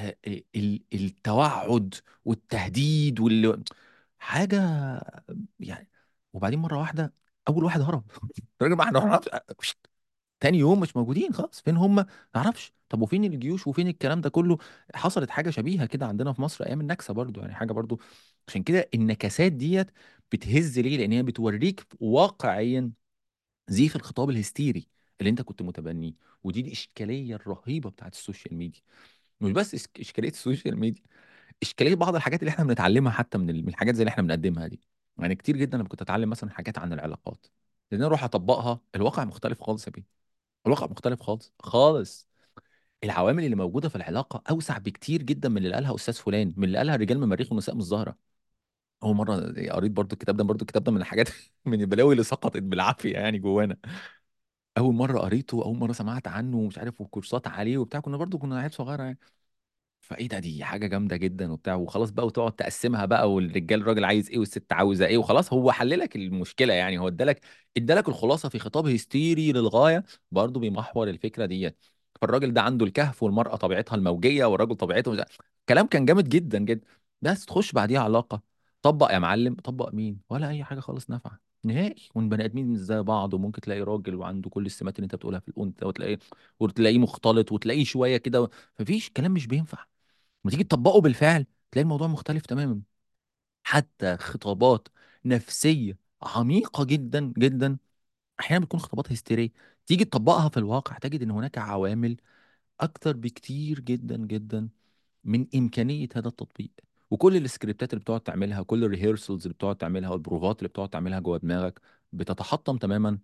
التوعد والتهديد حاجة يعني. وبعدين مرة واحدة أول واحد هرب. الراجل ما احنا هرب. تاني يوم مش موجودين خلاص، فين هم؟ ما نعرفش. طب وفين الجيوش وفين الكلام ده كله؟ حصلت حاجة شبيهة كده عندنا في مصر أيام النكسة برضو يعني حاجة برضو. عشان كده النكسات ديت بتهز ليه؟ لأن هي بتوريك واقعيا زيف الخطاب الهستيري اللي انت كنت متبنيه. ودي الاشكاليه الرهيبه بتاعت السوشيال ميديا. مش بس اشكاليه السوشيال ميديا، اشكاليه بعض الحاجات اللي احنا بنتعلمها حتى من الحاجات زي اللي احنا بنقدمها دي. يعني كتير جدا لما كنت اتعلم مثلا حاجات عن العلاقات لان اروح اطبقها الواقع مختلف خالص يا بيه. الواقع مختلف خالص خالص. العوامل اللي موجوده في العلاقه اوسع بكتير جدا من اللي قالها استاذ فلان، من اللي قالها الرجال من المريخ والنساء من الزهره. اول مره قريت برضو الكتاب ده، برضو الكتاب ده من الحاجات من البلاوي اللي سقطت بالعافيه يعني جوانا. اول مره قريته اول مره سمعت عنه ومش عارف وكورسات عليه وبتاع، كنا عيال صغيره يعني. فايه ده دي حاجه جامده جدا وبتاع وخلاص بقى وتقعد تقسمها بقى والرجال الراجل عايز ايه والست عاوزه ايه وخلاص هو حللك المشكله يعني. هو ادالك الخلاصه في خطاب هستيري للغايه برضه بيمحور الفكره ديت. فالراجل ده عنده الكهف والمراه طبيعتها الموجيه والراجل طبيعته كلام كان جامد جدا جدا. بس تخش بعديها علاقه طبق يا معلم، طبق مين ولا اي حاجه خالص نافعه. نهائي. وان بني ادمين مش زي بعض، وممكن تلاقي راجل وعنده كل السمات اللي انت بتقولها في الانثى، وتلاقيه مختلط، وتلاقيه شويه كده. مفيش كلام مش بينفع. لما تيجي تطبقه بالفعل تلاقي الموضوع مختلف تماما. حتى خطابات نفسيه عميقه جدا جدا احيانا بتكون خطابات هستيريه، تيجي تطبقها في الواقع تجد ان هناك عوامل اكتر بكتير جدا جدا من امكانيه هذا التطبيق. وكل السكريبتات اللي بتقعد تعملها، كل الريهرسلز اللي بتقعد تعملها، والبروفات اللي بتقعد تعملها جوه دماغك بتتحطم تماما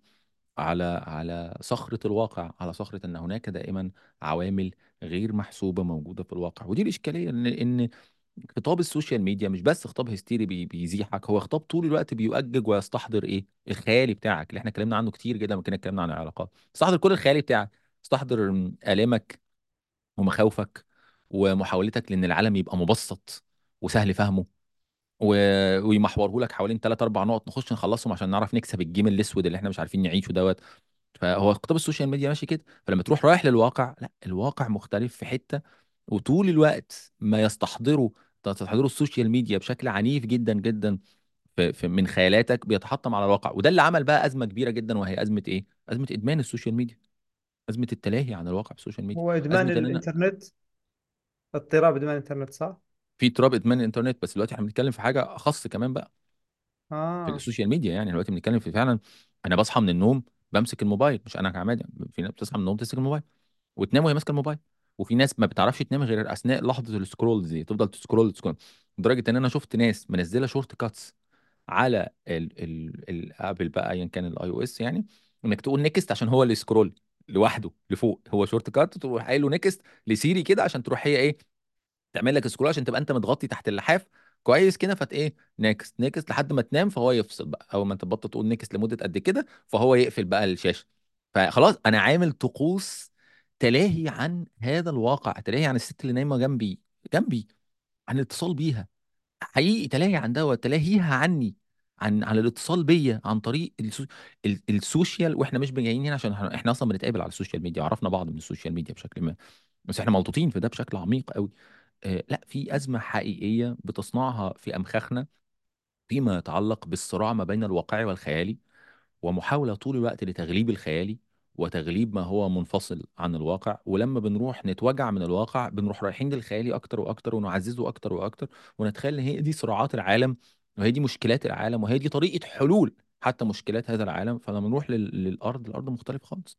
على صخرة الواقع، على صخرة ان هناك دائما عوامل غير محسوبة موجودة في الواقع. ودي الإشكالية، ان خطاب السوشيال ميديا مش بس خطاب هستيري بيزيحك، هو خطاب طول الوقت بيؤجج ويستحضر ايه الخيالي بتاعك اللي احنا اتكلمنا عنه كتير جدا لما كنا اتكلمنا عن العلاقات. استحضر كل الخيالي بتاعك، استحضر آلامك ومخاوفك ومحاولتك لان العالم يبقى مبسط وسهل فهمه، و... ويمحوره لك حوالين ثلاث اربع نقط نخش نخلصهم عشان نعرف نكسب الجيم الاسود اللي احنا مش عارفين نعيشه دوت. فهو خطاب السوشيال ميديا ماشي كده. فلما تروح رايح للواقع، لا، الواقع مختلف في حتة. وطول الوقت ما تستحضره السوشيال ميديا بشكل عنيف جدا جدا من خيالاتك بيتحطم على الواقع. وده اللي عمل بقى أزمة كبيرة جدا، وهي أزمة إيه؟ أزمة إدمان السوشيال ميديا، أزمة التلاهي عن الواقع بالسوشيال ميديا، هو إدمان أزمة إن أنا الإنترنت، اضطراب إدمان الإنترنت، صح؟ في اضطراب إدمان الإنترنت. بس دلوقتي احنا بنتكلم في حاجة أخص كمان بقى في آه. السوشيال ميديا. يعني دلوقتي بنتكلم في فعلا أنا بصحى من النوم بمسك الموبايل. مش أنا كعماد، في ناس بتصحى من النوم تمسك الموبايل وتنام وهي ماسكه الموبايل. وفي نس ما بتعرفش تنام غير اثناء لحظه السكرول دي، تفضل تسكرول تسكرول. لدرجه ان انا شفت ناس منزله شورت كاتس على الابل بقى ايا كان الاي او اس، يعني انك تقول نيكست عشان هو اللي سكرول لوحده لفوق. هو شورت كات تروح قايل له نيكست لسيري كده عشان تروح هي ايه تعمل لك سكرول عشان تبقى انت متغطي تحت اللحاف كويس كده. فت ايه نيكست نيكست لحد ما تنام، فهو يفصل بقى. اول ما انت تبطل تقول نيكست لمده قد كده فهو يقفل بقى الشاشه. فخلاص انا عامل طقوس تلاهي عن هذا الواقع، تلاهي عن الست اللي نايمه جنبي، عن الاتصال بيها. حقيقي تلاهي عن دوت، تلاهيها عني، عن الاتصال بيا عن طريق السوشيال. واحنا مش جايين هنا عشان احنا اصلا بنتقابل على السوشيال ميديا وعرفنا بعض من السوشيال ميديا بشكل ما. بس احنا ملطوطين في ده بشكل عميق قوي. لا، في أزمة حقيقية بتصنعها في أمخاخنا فيما يتعلق بالصراع ما بين الواقعي والخيالي، ومحاولة طول الوقت لتغليب الخيالي وتغليب ما هو منفصل عن الواقع. ولما بنروح نتوجع من الواقع بنروح رايحين للخيالي أكتر وأكتر ونعززه أكتر وأكتر، ونتخيل إن هي دي صراعات العالم، وهي دي مشكلات العالم، وهي دي طريقة حلول حتى مشكلات هذا العالم. فلما نروح للأرض، الأرض مختلف خالص.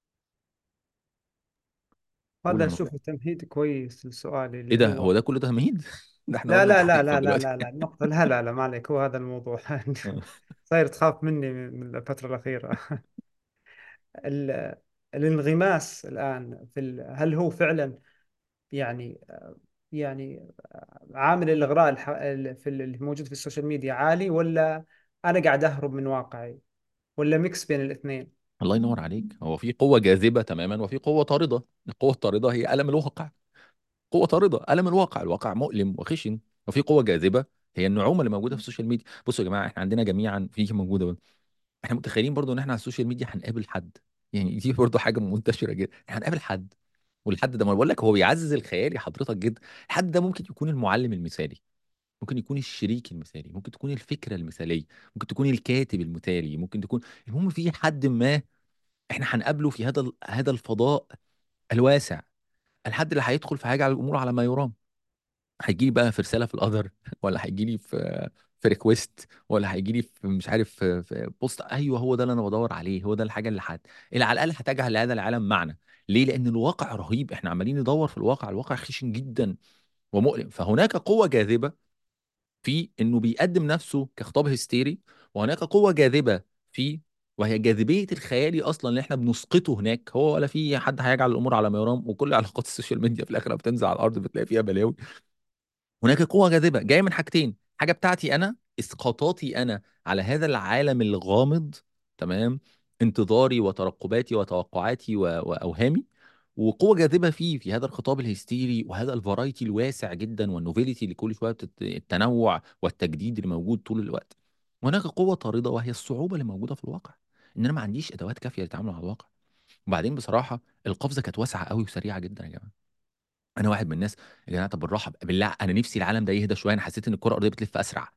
قول هذا يا نور. أشوفه تمهيد كويس لسؤالي إيه اللي ده؟ هو. هو ده كل ده تمهيد؟ ده احنا لا قلنا لا لا الحقيقة لا لا دلوقتي. لا لا النقطة، لا لا لا، ما عليك، هو هذا الموضوع. صاير تخاف مني من الفترة الأخيرة. ال- الانغماس الآن هل هو فعلا يعني يعني عامل الإغراء اللي موجود في السوشيال ميديا عالي، ولا أنا قاعد أهرب من واقعي، ولا ميكس بين الاثنين؟ الله ينور عليك. هو في قوة جاذبة تماما وفي قوة طاردة. القوة الطاردة هي ألم الواقع. قوة طاردة ألم الواقع، الواقع مؤلم وخشن. وفي قوة جاذبة هي النعومة اللي موجودة في السوشيال ميديا. بصوا يا جماعة، احنا عندنا جميعا في موجودة بقى. احنا متخيلين برضو ان احنا على السوشيال ميديا هنقابل حد. يعني دي برضو حاجة منتشرة جدا، احنا هنقابل حد. والحد ده، ما بقول لك، هو بيعزز الخيالي حضرتك جدا. الحد ده ممكن يكون المعلم المثالي، ممكن يكون الشريك المثالي، ممكن تكون الفكرة المثالية، ممكن تكون الكاتب المثالي، ممكن تكون، المهم في حد ما احنا هنقابله في هذا الفضاء الواسع. الحد اللي هيدخل في حاجه على الامور على ما يرام. هيجي لي بقى في رساله في القدر، ولا هيجي لي في ريكويست، ولا هيجي لي في مش عارف في بوست. ايوه، هو ده اللي انا بدور عليه، هو ده الحاجه اللي على الاقل هتجعل لهذا العالم معنى. ليه؟ لان الواقع رهيب. احنا عمالين ندور في الواقع، الواقع خشن جدا ومؤلم. فهناك قوه جاذبه في انه بيقدم نفسه كخطاب هستيري، وهناك قوة جاذبة فيه، وهي جاذبية الخيالي اصلا اللي احنا بنسقطه هناك. هو ولا في حد هيجعل الامور على ما يرام، وكل علاقات السوشيال ميديا في الاخر بتنزل على الارض بتلاقي فيها بلاوي. هناك قوة جاذبة جاية من حاجتين: حاجة بتاعتي أنا، إسقاطاتي أنا على هذا العالم الغامض، تمام، انتظاري وترقباتي وتوقعاتي وأوهامي. وقوة جاذبة فيه في هذا الخطاب الهستيري وهذا الفرايتي الواسع جدا والنوفيليتي اللي كل شوية التنوع والتجديد اللي موجود طول الوقت. وهناك قوة طاردة وهي الصعوبة اللي موجودة في الواقع، إن أنا ما عنديش أدوات كافية للتعامل مع الواقع. وبعدين بصراحة القفزة كانت واسعة قوي وسريعة جدا يا جماعة. انا واحد من الناس، يا جماعه طب بالراحه بالله، انا نفسي العالم ده يهدى شويه. انا حسيت ان الكره الارضيه بتلف اسرع،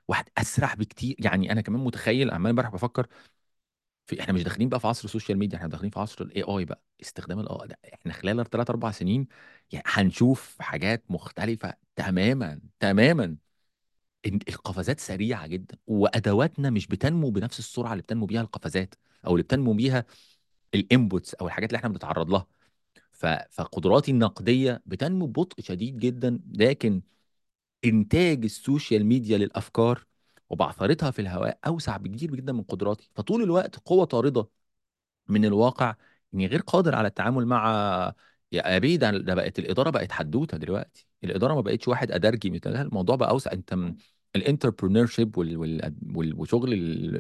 واحد اسرع بكتير. يعني انا كمان متخيل، عمال امبارح بفكر في، احنا مش داخلين بقى في عصر السوشيال ميديا، احنا داخلين في عصر الاي اي بقى، استخدام الاي ده احنا خلال 3 4 سنين يعني هنشوف حاجات مختلفة تماما تماما. القفزات سريعة جدا، وادواتنا مش بتنمو بنفس السرعة اللي بتنمو بيها القفزات، او اللي بتنمو بيها الانبوتس او الحاجات اللي احنا بنتعرض لها. فقدراتي النقدية بتنمو ببطء شديد جدا، لكن انتاج السوشيال ميديا للافكار وبعثرتها في الهواء اوسع بكتير جدا من قدراتي. فطول الوقت قوة طاردة من الواقع، اني غير قادر على التعامل مع. يا ابي ده بقت الاداره بقت حدوته دلوقتي. الاداره ما بقتش واحد ادرجي مثل الموضوع بقى اوسع. انت الانتربرنور شيب وشغل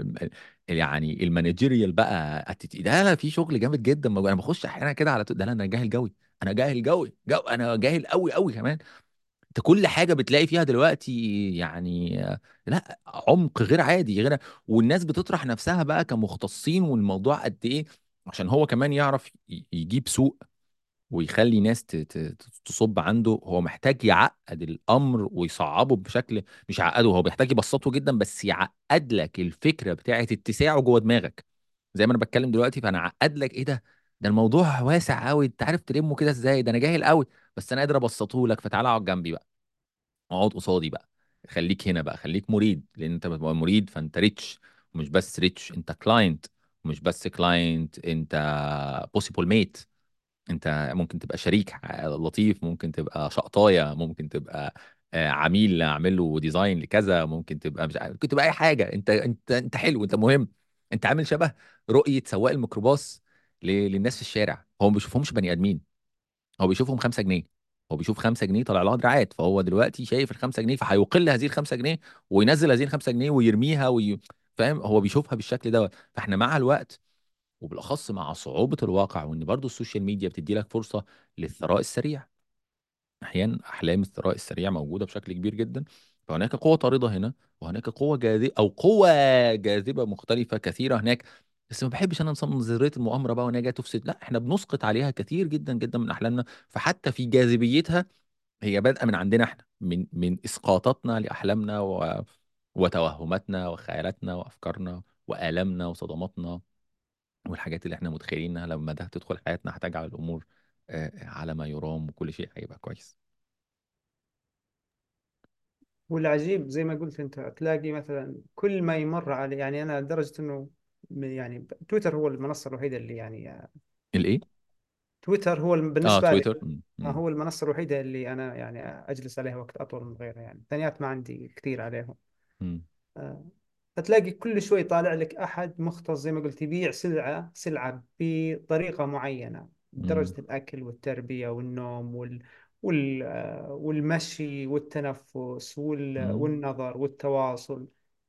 يعني المانجيريال بقى ده، لا في شغل جامد جدا. انا بخش احيانا كده على ده، انا جاهل جوي، انا جاهل جوي انا جاهل قوي قوي كمان. انت كل حاجه بتلاقي فيها دلوقتي يعني لا عمق غير عادي غير. والناس بتطرح نفسها بقى كمختصين، والموضوع قد ايه عشان هو كمان يعرف يجيب سوق ويخلي ناس تصب عنده. هو محتاج يعقد الامر ويصعبه بشكل، مش يعقده، هو بيحتاج يبسطه جدا بس يعقد لك الفكره بتاعه اتساعه جوه دماغك. زي ما انا بتكلم دلوقتي، فانا اعقد لك ايه ده الموضوع واسع قوي، انت عارف تلمه كده ازاي؟ ده انا جاهل قوي بس انا قادر ابسطه لك. فتعالى اقعد جنبي بقى، اقعد قصادي بقى، خليك هنا بقى، خليك مريد، لان انت بتبقى مريد فانت ريتش. ومش بس ريتش، انت كلاينت. ومش بس كلاينت، انت بوسيبل ميت. انت ممكن تبقى شريك لطيف، ممكن تبقى شقطايه، ممكن تبقى عميل اعمل له ديزاين لكذا، ممكن تبقى مش عارف، ممكن تبقى اي حاجه. انت حلو، انت مهم. انت عامل شبه رؤيه سواق الميكروباص للناس في الشارع. هو ما بيشوفهمش بني ادمين، هو بيشوفهم 5 جنيه. هو بيشوف 5 جنيه طالع لها دراعات، فهو دلوقتي شايف ال5 جنيه، فهيقل هذه ال5 جنيه وينزل هذه ال5 جنيه ويرميها فاهم؟ هو بيشوفها بالشكل ده. فاحنا مع الوقت، وبالاخص مع صعوبة الواقع، وان برضو السوشيال ميديا بتدي لك فرصة للثراء السريع. احيانا احلام الثراء السريع موجودة بشكل كبير جدا. فهناك قوة طاردة هنا، وهناك قوة جاذبة او قوة جاذبة مختلفة كثيرة هناك. بس ما بحبش انا نصمم نظريه المؤامره بقى، وان هي جايه تفسد. لا، احنا بنسقط عليها كتير جدا جدا من احلامنا. فحتى في جاذبيتها، هي بادئه من عندنا احنا، من اسقاطاتنا لاحلامنا وتوهماتنا وخيالاتنا وافكارنا والامنا وصدماتنا، والحاجات اللي احنا متخيلين انها لما ده تدخل حياتنا هتجعل الامور على ما يرام، وكل شيء هيبقى كويس. والعجيب زي ما قلت انت، تلاقي مثلا كل ما يمر علي، يعني انا لدرجه انه يعني تويتر هو المنصه الوحيده اللي يعني الايه؟ تويتر هو اه، بالنسبه لي تويتر. هو المنصه الوحيده اللي انا يعني اجلس عليها وقت اطول من غيرها، يعني ثانيات ما عندي كثير عليهم. مم. آه، فتلاقي كل شوي طالع لك احد مختص زي ما قلت يبيع سلعه بطريقه معينه، مم. بدرجه الاكل والتربيه والنوم والمشي والتنفس مم. والنظر والتواصل.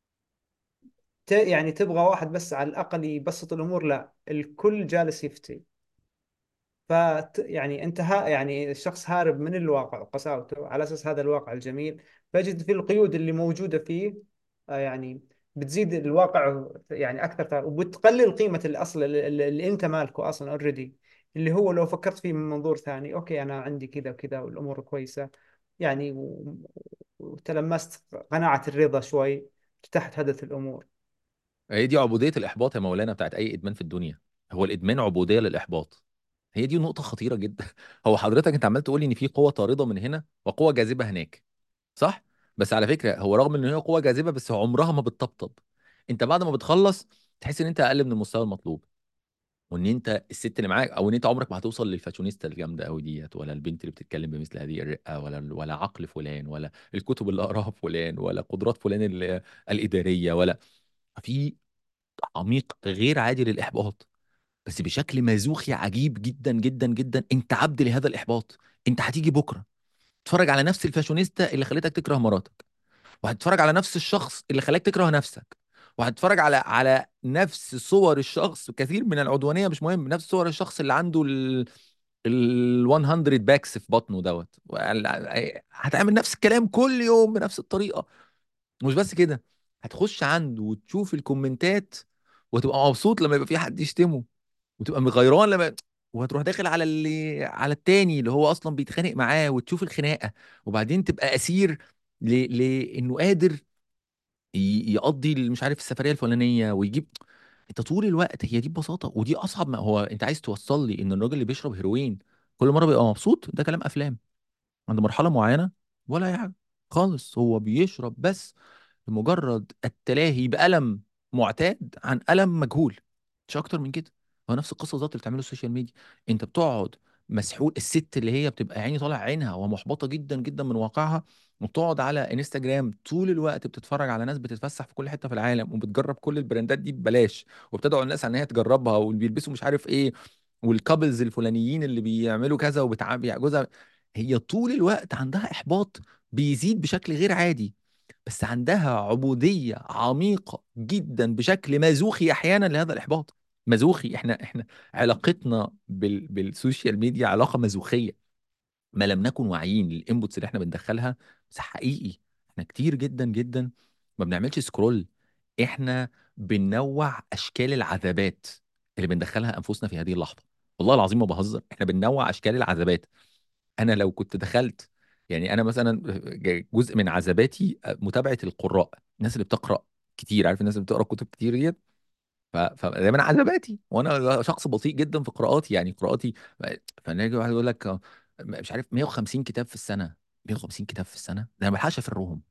يعني تبغى واحد بس على الأقل يبسط الأمور، لا الكل جالس يفتي. ف يعني أنت يعني الشخص هارب من الواقع وقساوته على أساس هذا الواقع الجميل، فيجد في القيود اللي موجودة فيه يعني بتزيد الواقع يعني أكثر وبتقلل قيمة الأصل اللي أنت مالكه أصلا اوريدي، اللي هو لو فكرت فيه من منظور ثاني، أوكي أنا عندي كذا وكذا والأمور كويسة يعني وتلمست قناعة الرضا شوي، ارتحت هدت الأمور. هي دي عبوديه الاحباط يا مولانا بتاعت اي ادمان في الدنيا. هو الادمان عبوديه للاحباط. هي دي نقطه خطيره جدا. هو حضرتك انت عمال تقول لي ان في قوه طارده من هنا وقوه جاذبه هناك، صح؟ بس على فكره، هو رغم ان هي قوه جاذبه بس عمرها ما بتطبطب. انت بعد ما بتخلص تحس ان انت اقل من المستوى المطلوب، وان انت الست اللي معاك، او ان انت عمرك ما هتوصل للفاشونيستا الجامده قوي ديت، ولا البنت اللي بتتكلم بمثل هذه الرقه، ولا عقل فلان، ولا الكتب اللي قراها فلان، ولا قدرات فلان الاداريه، ولا في عميق غير عادي للاحباط. بس بشكل مازوخي عجيب جدا جدا جدا. انت عبد لهذا الاحباط. انت هتيجي بكره تتفرج على نفس الفاشونيستا اللي خلتك تكره مراتك، وهتتفرج على نفس الشخص اللي خلاك تكره نفسك، وهتتفرج على نفس صور الشخص، كثير من العدوانيه مش مهم، نفس صور الشخص اللي عنده ال 100 باكس في بطنه دوت هتعمل نفس الكلام كل يوم بنفس الطريقه. مش بس كده، هتخش عنده وتشوف الكومنتات وتبقى مبسوط لما يبقى في حد يشتمه، وتبقى مغيران لما، وهتروح داخل على التاني اللي هو اصلا بيتخانق معاه، وتشوف الخناقه، وبعدين تبقى اسير لانه قادر يقضي مش عارف السفريه الفلانيه ويجيب. انت طول الوقت، هي دي ببساطه، ودي اصعب ما هو انت عايز توصل لي ان الراجل اللي بيشرب هيروين كل مره بيبقى مبسوط؟ ده كلام افلام. عند مرحله معينه ولا اي حاجه خالص، هو بيشرب بس لمجرد التلاهي بألم معتاد عن ألم مجهول، مش أكتر من كده. هو نفس القصة بالظبط اللي بتعمله السوشيال ميديا. أنت بتقعد مسحول، الست اللي هي بتبقى عيني طالع عينها ومحبطة جدا جدا من واقعها، وبتقعد على انستجرام طول الوقت بتتفرج على ناس بتتفسح في كل حتة في العالم وبتجرب كل البراندات دي ببلاش، وبتدعو الناس على ان هي تجربها، واللي بيلبسوا مش عارف ايه، والكابلز الفلانيين اللي بيعملوا كذا وبتعب جوزها. هي طول الوقت عندها احباط بيزيد بشكل غير عادي، بس عندها عبودية عميقة جدا بشكل مازوخي احيانا لهذا الاحباط. مازوخي، احنا علاقتنا بالسوشيال ميديا علاقة مازوخية، ما لم نكن واعيين للانبوتس اللي احنا بندخلها. بس حقيقي احنا كتير جدا جدا ما بنعملش سكرول، احنا بننوع اشكال العذابات اللي بندخلها انفسنا في هذه اللحظة. والله العظيم ما بهزر، احنا بننوع اشكال العذابات. انا لو كنت دخلت، يعني انا مثلا جزء من عذاباتي متابعه القراء، الناس اللي بتقرا كتير، عارف الناس اللي بتقرا كتب كتير ديت. فده من عذاباتي، وانا شخص بطيء جدا في قراءاتي، يعني قراءاتي. فانا يجي واحد يقول لك مش عارف 150 كتاب في السنه. 150 كتاب في السنه؟ ده انا ما بلحقش افرهم.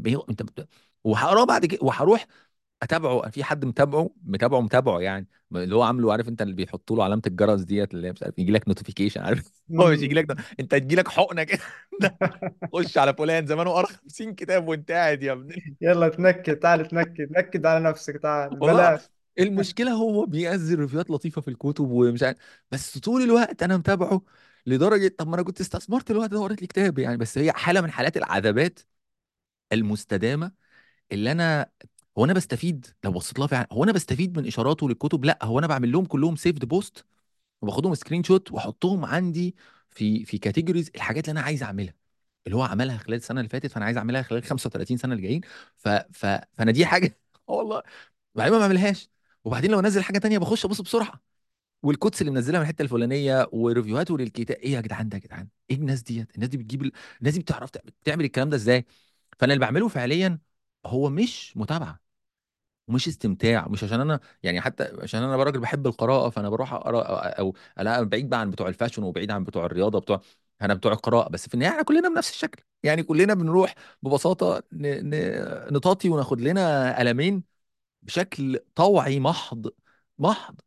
وهقراه بعد كده وهروح اتابعه في حد متابعه يعني، اللي هو عامله، عارف انت اللي بيحطوا له علامه الجرس ديت، اللي هي مش عارف يجي لك نوتيفيكيشن، عارف هو مش يجي لك انت تجي لك حقنه كده ده خش على فلان زمانه قرا 50 كتاب وانت قاعد يا ابني. يلا تنكد، تعال تنكد، نكد على نفسك، تعال والله بلاش. المشكله هو بينزل ريفيوهات لطيفه في الكتب ومش عارف، بس طول الوقت انا متابعه لدرجه طب ما انا كنت استثمرت الوقت ده وقريت لي كتاب يعني. بس هي حاله من حالات العذابات المستدامه اللي انا، هو انا بستفيد لو بصيت لها فعلا، هو انا بستفيد من اشاراته للكتب؟ لا، هو انا بعمل لهم كلهم سيفد بوست وباخدهم سكرين شوت واحطهم عندي في كاتيجوريز الحاجات اللي انا عايز اعملها، اللي هو عملها خلال السنه اللي فاتت فانا عايز اعملها خلال 35 سنه اللي جايين. فانا دي حاجه والله بعدين ما بعملهاش. وبعدين لو انزل حاجه تانية بخش ابص بسرعه، والكوتس اللي منزلها من الحته الفلانيه وريفيوهاته للكتاب، ايه يا جدعان ده؟ يا جدعان ايه الناس ديت؟ الناس دي بتجيب الناس دي بتعرف تعمل الكلام ده ازاي؟ فانا اللي بعمله فعليا هو مش متابعه ومش استمتاع، مش عشان انا يعني، حتى عشان انا راجل بحب القراءه فانا بروح اقرا، او انا بعيد بقى عن بتوع الفاشن وبعيد عن بتوع الرياضه بتوع، انا بتوع القراءه. بس في النهايه احنا كلنا بنفس الشكل، يعني كلنا بنروح ببساطه نطاطي وناخد لنا قلمين بشكل طوعي محض محض.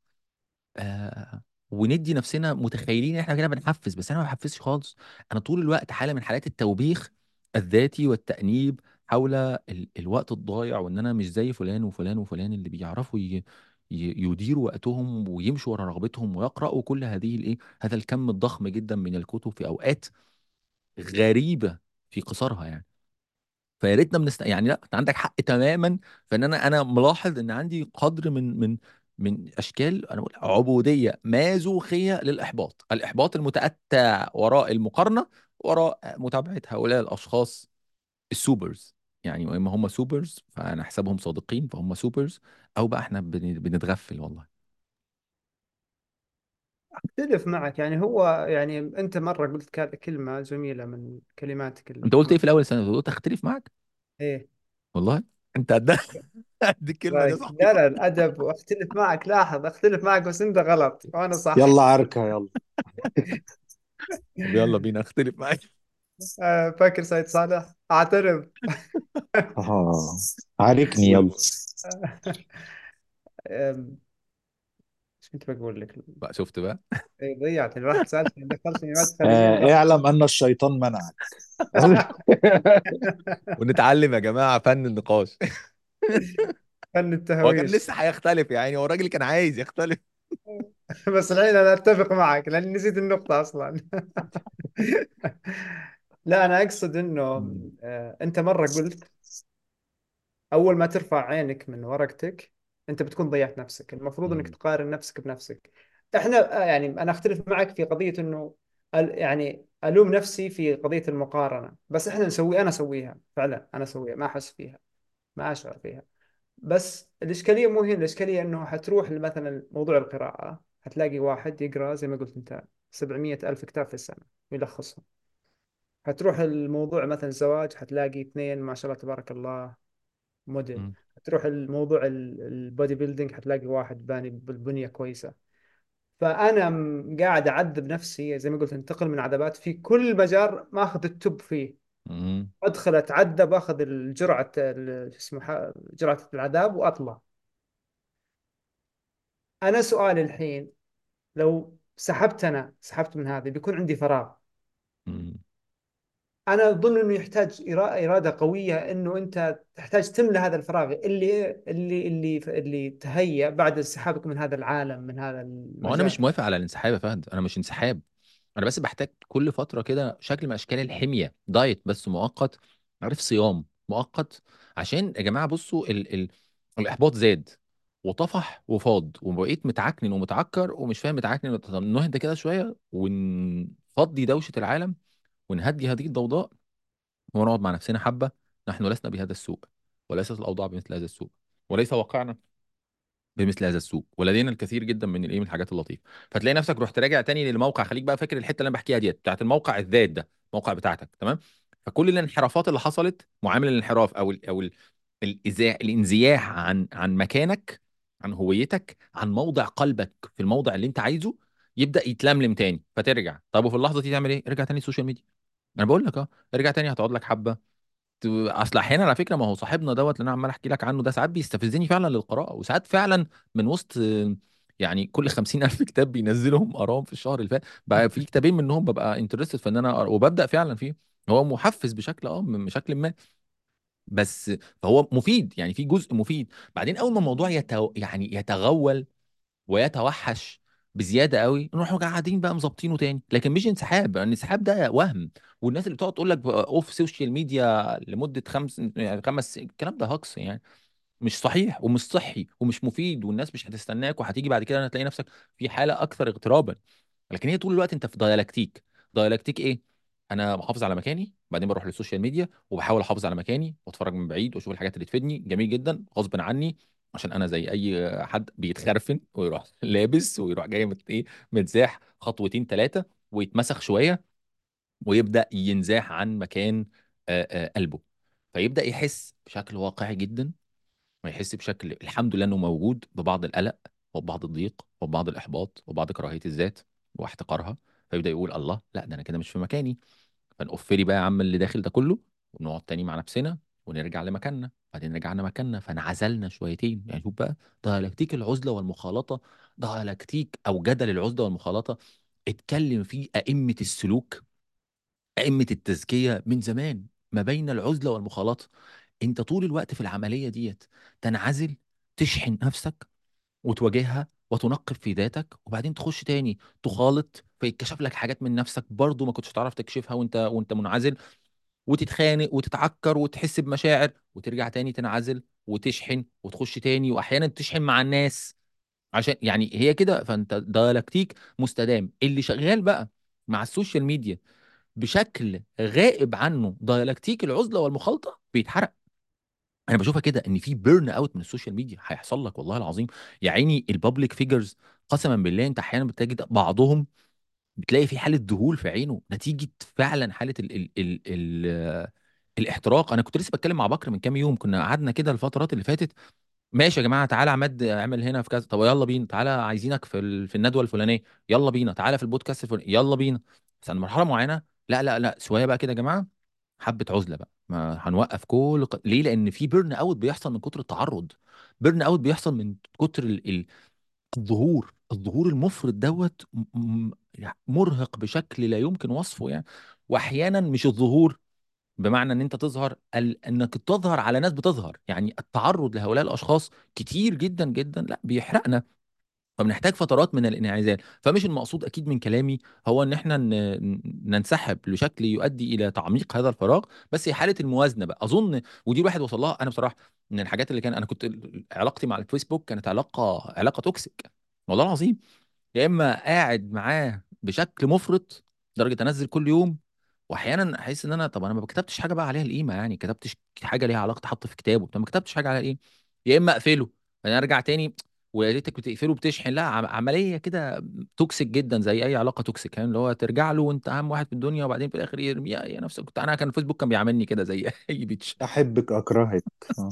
آه وندي نفسنا متخيلين ان احنا كده بنحفز، بس انا ما بحفزش خالص. انا طول الوقت حاله من حالات التوبيخ الذاتي والتأنيب حول الوقت الضايع، وان انا مش زي فلان وفلان وفلان اللي بيعرفوا يديروا وقتهم ويمشوا ورا رغبتهم ويقرأوا كل هذه الايه، هذا الكم الضخم جدا من الكتب في اوقات غريبة في قصرها يعني. فيا ريتنا يعني لا، انت عندك حق تماما. فان انا ملاحظ ان عندي قدر من اشكال انا بقول عبوديه مازوخيه للاحباط، الاحباط المتاتى وراء المقارنه، وراء متابعه هؤلاء الاشخاص السوبرز. يعني واما هم سوبرز فانا احسبهم صادقين فهم سوبرز، او بقى احنا بنتغفل والله. اختلف معك، يعني هو يعني انت مره قلت كلمه جميله من كلماتك انت قلت ايه في الاول المحترمه. سنه؟ قلت اختلف معاك. ايه والله انت قد قد الكلمه دي يا رايك؟ صاحبي. لا لا، الادب، واختلف معك، لاحظ اختلف معك بس انت غلط وانا يلا صح. عركة يلا. طب يلا بينا اختلف معاك. فاكر سيد صالح؟ اعترف. اه عاركني قول. يلا. أم، ايش كنت بقول لك؟ بقى شفت بقى. إيه، ضيعت، رحت سالتني، دخلتني مدخل يمين راح. اعلم ان الشيطان منعك. ونتعلم يا جماعة فن النقاش. فن هو كان التهويش. لسه هيختلف يعني، هو الراجل كان عايز يختلف. بس الحين انا اتفق معك لاني نسيت النقطة اصلا. لا انا اقصد انه مم. انت مرة قلت اول ما ترفع عينك من ورقتك انت بتكون ضيعت نفسك، المفروض انك مم. تقارن نفسك بنفسك. احنا يعني انا اختلف معك في قضية انه يعني الوم نفسي في قضية المقارنة، بس احنا انا اسويها فعلا، انا اسويها ما احس فيها، ما اشعر فيها. بس الإشكالية مو هي الإشكالية، إنه حتروح مثلا موضوع القراءة، حتلاقي واحد يقرأ زي ما قلت أنت 700 ألف كتاب في السنة ويلخصهم. حتروح الموضوع مثلا الزواج، حتلاقي اثنين ما شاء الله تبارك الله موديل. مم. تروح الموضوع البودي بيلدينج حتلاقي واحد باني بالبنية كويسة. فأنا قاعد أعذب نفسي زي ما قلت، انتقل من عذابات في كل مجال، ما أخذ التوب فيه، مم. أدخل أتعذب، أخذ الجرعة شو اسمه جرعة العذاب وأطلع. أنا سؤالي الحين، لو سحبت من هذه بيكون عندي فراغ. مم. انا اظن انه يحتاج اراده قويه، انه انت تحتاج تملى هذا الفراغ اللي تهيأ بعد انسحابك من هذا العالم، من هذا ما هو انا مش المجال. موافق على الانسحاب يا فهد، انا مش انسحاب. انا بس بحتاج كل فتره كده شكل من اشكال الحميه، دايت بس مؤقت، عارف، صيام مؤقت. عشان يا جماعه بصوا الاحباط زاد وطفح وفاض، وبقيت متعكنن ومتعكر ومش فاهم متعكنن طب نهدى كده شويه ونفضي دوشه العالم ونهدي هذه الضوضاء ونقعد مع نفسنا حبه. نحن لسنا بهذا السوء، وليست الاوضاع بمثل هذا السوء، وليس واقعنا بمثل هذا السوق، ولدينا الكثير جدا من الايه، من الحاجات اللطيفه. فتلاقي نفسك رحت راجع تاني للموقع، خليك بقى فاكر الحته اللي انا بحكيها ديت بتاعت الموقع الذات ده، الموقع بتاعتك، تمام. فكل الانحرافات اللي حصلت، معامل الانحراف الانزياح عن مكانك، عن هويتك، عن موضع قلبك في الموضع اللي انت عايزه، يبدا يتلملم تاني فترجع. طب وفي اللحظه دي تعمل ايه؟ ارجع تاني السوشيال ميديا. انا بقول لك ارجع تاني، هتقعد لك حبه. اصل احيانا على فكره، ما هو صاحبنا دوت اللي انا عمال احكي لك عنه ده ساعات بيستفزني فعلا للقراءه، وساعات فعلا من وسط يعني كل 50,000 كتاب بينزلهم اراهم في الشهر اللي فات، بقى في كتابين منهم ببقى انترستد في ان انا أقرأ وببدا فعلا فيه. هو محفز بشكل بشكل ما، بس فهو مفيد يعني، في جزء مفيد. بعدين اول ما الموضوع يعني يتغول ويتوحش بزياده قوي، نروح قاعدين بقى مظبطينه تاني. لكن مش انسحاب، لان الانسحاب ده وهم. والناس اللي بتقعد تقول لك اوف سوشيال ميديا لمده يعني 5 سنين، الكلام ده هكس يعني، مش صحيح ومش صحي ومش مفيد، والناس مش هتستناك، وهتيجي بعد كده هتلاقي نفسك في حاله اكثر اغترابا. لكن هي طول الوقت انت في دايالكتيك. دايالكتيك ايه؟ انا محافظ على مكاني، بعدين بروح للسوشيال ميديا وبحاول احافظ على مكاني واتفرج من بعيد واشوف الحاجات اللي تفيدني، جميل جدا، غصب عني، عشان انا زي اي حد بيتخرفن ويروح لابس ويروح جاي ايه، متزاح خطوتين ثلاثه ويتمسخ شويه، ويبدا ينزاح عن مكان قلبه. فيبدا يحس بشكل واقعي جدا، ويحس بشكل الحمد لله انه موجود، ببعض القلق وبعض الضيق وبعض الاحباط وبعض كراهيه الذات واحتقارها. فيبدا يقول الله، لا ده انا كده مش في مكاني. فنقفلي بقى يا عم اللي داخل ده كله، ونقعد تاني مع نفسنا ونرجع لمكاننا. بعدين رجعنا مكاننا فانعزلنا شويتين. يعني شوف بقى، ديالكتيك العزله والمخالطه، ديالكتيك او جدل العزله والمخالطه، اتكلم فيه ائمه السلوك، ائمه التزكيه من زمان، ما بين العزله والمخالطه. انت طول الوقت في العمليه ديت تنعزل، تشحن نفسك وتواجهها وتنقب في ذاتك، وبعدين تخش تاني تخالط، فيتكشف لك حاجات من نفسك برضو ما كنتش تعرف تكشفها وانت منعزل، وتتخانق وتتعكر وتحس بمشاعر، وترجع تاني تنعزل وتشحن وتخش تاني، واحيانا تشحن مع الناس عشان يعني هي كده. فانت ديالكتيك مستدام اللي شغال بقى مع السوشيال ميديا بشكل غائب عنه ديالكتيك العزله والمخالطه بيتحرق. انا بشوفها كده ان في بيرن اوت من السوشيال ميديا هيحصل لك والله العظيم. يا عيني البابليك فيجرز، قسما بالله انت احيانا بتجد بعضهم بتلاقي في حاله ذهول في عينه نتيجه فعلا حاله ال الاحتراق. انا كنت لسه بتكلم مع بكر من كام يوم، كنا قعدنا كده الفترات اللي فاتت، ماشي يا جماعه تعالى عماد اعمل هنا في كذا، طب يلا بينا، تعالى عايزينك في الندوه الفلانيه، يلا بينا، تعالى في البودكاست الفلاني، يلا بينا. بس عند مرحله معينه، لا لا لا شويه بقى كده يا جماعه، حبه عزله بقى، ما هنوقف ليه؟ لان في بيرن اوت بيحصل من كتر التعرض، بيرن اوت بيحصل من كتر الظهور المفرط دوت يعني مرهق بشكل لا يمكن وصفه يعني. واحيانا مش الظهور بمعنى ان انت تظهر، انك تظهر على ناس بتظهر، يعني التعرض لهؤلاء الاشخاص كتير جدا جدا لا بيحرقنا. فبنحتاج فترات من الانعزال. فمش المقصود اكيد من كلامي هو ان احنا ننسحب بشكل يؤدي الى تعميق هذا الفراغ، بس هي حاله الموازنه بقى اظن، ودي الواحد وصل لها. انا بصراحه من الحاجات اللي انا كنت علاقتي مع الفيسبوك كانت علاقه توكسيك والله العظيم. يا اما قاعد معاه بشكل مفرط لدرجه انزل كل يوم، واحيانا احس ان انا طب انا ما كتبتش حاجه بقى عليها القيمه، يعني كتبتش حاجه ليها علاقه تحط في كتاب وبتاع، ما كتبتش حاجه عليها القيمه. يا اما اقفله، بعدين ارجع تاني، ويا ريتك بتقفله بتشحن، لا عمليه كده توكسيك جدا، زي اي علاقه توكسيك يعني، اللي هو ترجع له وانت اهم واحد في الدنيا، وبعدين في الاخر يرمي يا نفسك. كنت انا كان الفيسبوك كان بيعاملني كده زي اي بيتش. احبك اكرهك.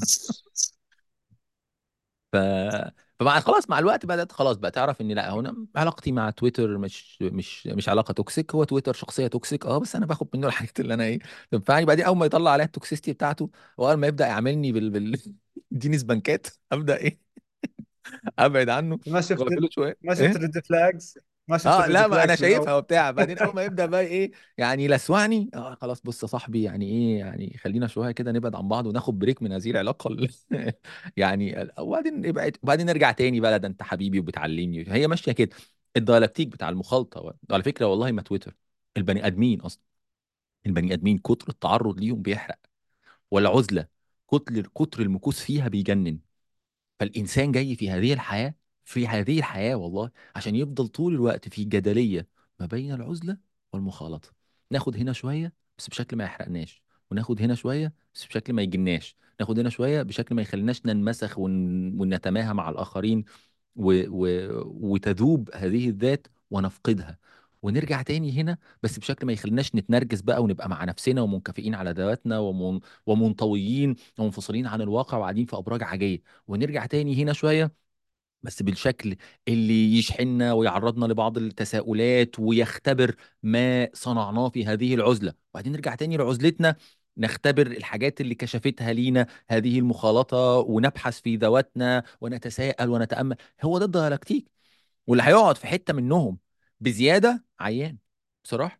ف فمع خلاص مع الوقت بدأت خلاص بقى تعرف ان لا، هنا علاقتي مع تويتر مش علاقه توكسيك، هو تويتر شخصيه توكسيك اه، بس انا باخد منه الحاجات اللي انا ايه تنفعني. بعدين اول ما يطلع عليها التوكسيستي بتاعته، واول ما يبدا يعاملني يديني سبانكات، ابدا ايه ابعد عنه ما شفت واقفله شويه ما شفت ايه. الريد فلاجز ما شفت اه الريد لا، ما انا فلاجز من اول. شايفها وبتاع. بعدين اول ما يبدا بقى ايه يعني يلسوعني، اه خلاص بص يا صاحبي يعني ايه يعني، خلينا شويه كده نبعد عن بعض وناخد بريك من هذه العلاقه يعني وبعدين ابعد، وبعدين نرجع تاني بقى، ده انت حبيبي وبتعلمني، هي ماشيه كده. الديالكتيك بتاع المخالطه، على فكره والله ما تويتر، البني ادمين اصلا، البني ادمين كتر التعرض ليهم بيحرق، والعزله كتر المكوث فيها بيجنن. فالإنسان جاي في هذه الحياة، في هذه الحياة والله عشان يفضل طول الوقت في جدلية ما بين العزلة والمخالطة. ناخد هنا شوية بس بشكل ما يحرقناش، وناخد هنا شوية بس بشكل ما يجناش، ناخد هنا شوية بشكل ما يخليناش ننمسخ ونتماهى مع الآخرين، وتذوب هذه الذات ونفقدها، ونرجع تاني هنا بس بشكل ما يخليناش نتنرجس بقى ونبقى مع نفسنا ومنكفئين على ذواتنا ومنطويين ومنفصلين عن الواقع وقاعدين في أبراج عاجية، ونرجع تاني هنا شوية بس بالشكل اللي يشحننا ويعرضنا لبعض التساؤلات ويختبر ما صنعناه في هذه العزلة، وبعدين نرجع تاني لعزلتنا، نختبر الحاجات اللي كشفتها لينا هذه المخالطة، ونبحث في ذواتنا ونتساءل ونتأمل. هو ده الديالكتيك. واللي هيقعد في حتة منهم بزيادة عيان بصراحة.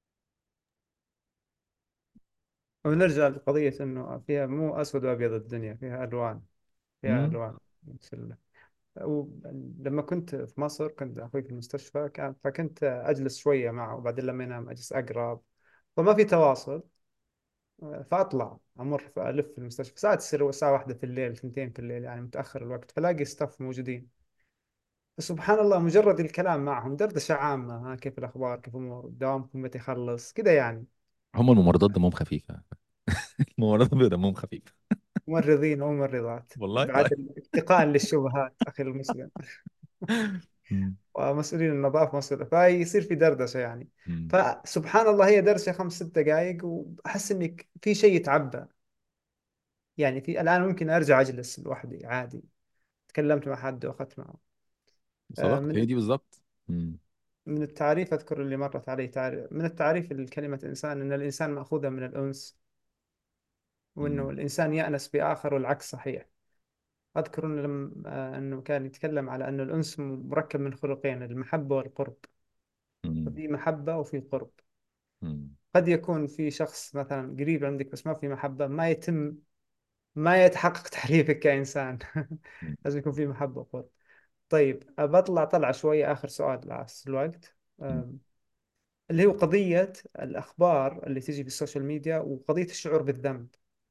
ونرجع لقضية انه فيها مو اسود وابيض، الدنيا فيها الوان، فيها مم. الوان. لما كنت في مصر كنت اخوي في المستشفى، فكنت اجلس شوية معه، وبعدين لما ينام اجلس اقرا، فما في تواصل. فاطلع امر الف في المستشفى، ساعات تصير الساعة واحدة في الليل، ثنتين في الليل، يعني متأخر الوقت، فلاقي ستاف موجودين. سبحان الله، مجرد الكلام معهم دردشة عامة، ها كيف الأخبار، كيف أمور دوامكم، متى يخلص كذا يعني. هم الممرضات دمهم خفيف. الممرضات بيبقى دمهم خفيف. ممرضين وممرضات والله بعد طيب. اتقاء للشبهات أخي المسلم، مم. ومسؤولين النظافة مسؤولة، فيصير في دردشة يعني. مم. فسبحان الله، هي دردشة 5 6 دقائق، وأحس إنك في شيء يتعبى. يعني في الآن ممكن أرجع أجلس لوحدي عادي، تكلمت مع حد وأخذت معه. صدقت، هي من دي بالظبط. مم. من التعريف أذكر اللي مرت علي، تعريف من التعريف لكلمة إنسان، أن الإنسان مأخوذة من الأنس، وأنه مم. الإنسان يأنس بآخر والعكس صحيح. أذكر أنه أنه كان يتكلم على أن الأنس مركب من خلقين، المحبة والقرب. مم. ففي محبة وفي قرب. مم. قد يكون في شخص مثلا قريب عندك بس ما في محبة، ما يتحقق تعريفك كإنسان. مم. لازم يكون في محبة وقرب. طيب بطلع طلع شوية، آخر سؤال لعس الوقت. مم. اللي هو قضية الأخبار اللي تجي في السوشيال ميديا، وقضية الشعور بالذنب.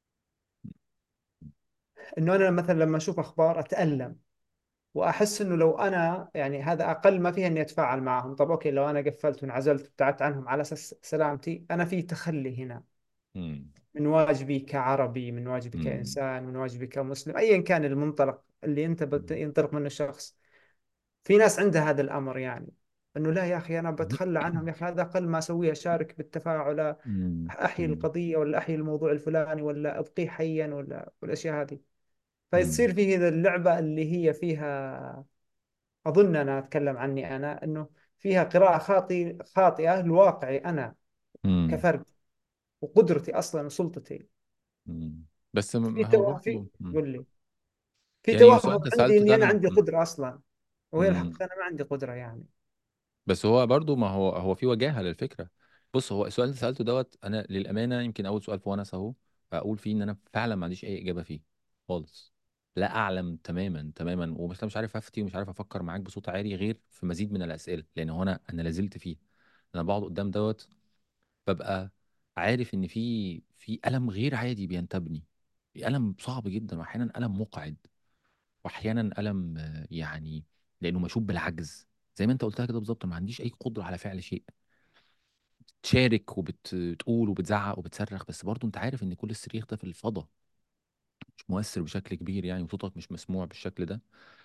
إنه أنا مثلا لما أشوف أخبار أتألم، واحس انه لو انا يعني هذا اقل ما فيها اني اتفاعل معهم. طب اوكي، لو انا قفلت وانعزلت وابتعدت عنهم على اساس سلامتي، انا في تخلي هنا مم. من واجبي كعربي، من واجبي مم. كانسان، من واجبي كمسلم، ايا كان المنطلق اللي انت مم. ينطلق منه الشخص. في ناس عندها هذا الامر يعني، انه لا يا اخي انا بتخلى عنهم، يا اخي هذا اقل ما اسويه، اشارك بالتفاعل، مم. احيي مم. القضيه، ولا احيي الموضوع الفلاني، ولا ابقيه حيا، ولا والاشياء هذه. مم. فيصير في هذا اللعبه اللي هي فيها، أظن أنا أتكلم عني أنا، أنه فيها قراءة خاطئة لواقعي أنا مم. كفرد، وقدرتي أصلا وسلطتي. مم. بس في هو في برضه قول لي، في يعني السؤال توهم اللي عندي سألته ده إني أنا أنا عندي قدرة أصلا، وهي مم. الحقيقة أنا ما عندي قدرة يعني. بس هو برضه ما هو في وجاهة للفكرة. بص، هو السؤال اللي سألته دوت أنا للأمانة يمكن أول سؤال في ونس أهو، أقول فيه إن أنا فعلا ما عنديش أي إجابة فيه خالص. لا أعلم تماما تماما، مش عارف أفتي ومش عارف أفكر معاك بصوت عالي غير في مزيد من الأسئلة، لأن هو أنا لازلت فيه. أنا بقعد قدام دوت ببقى عارف ان في الم غير عادي بينتابني، الم صعب جدا، واحيانا الم مقعد، واحيانا الم يعني لانه مشوب بالعجز. زي ما انت قلتها كده بالظبط، ما عنديش اي قدره على فعل شيء. تشارك وبتقول وبتزعق وبتصرخ، بس برضه انت عارف ان كل الصريخ ده في الفضاء مش مؤثر بشكل كبير يعني، وصوتك مش مسموع بالشكل ده.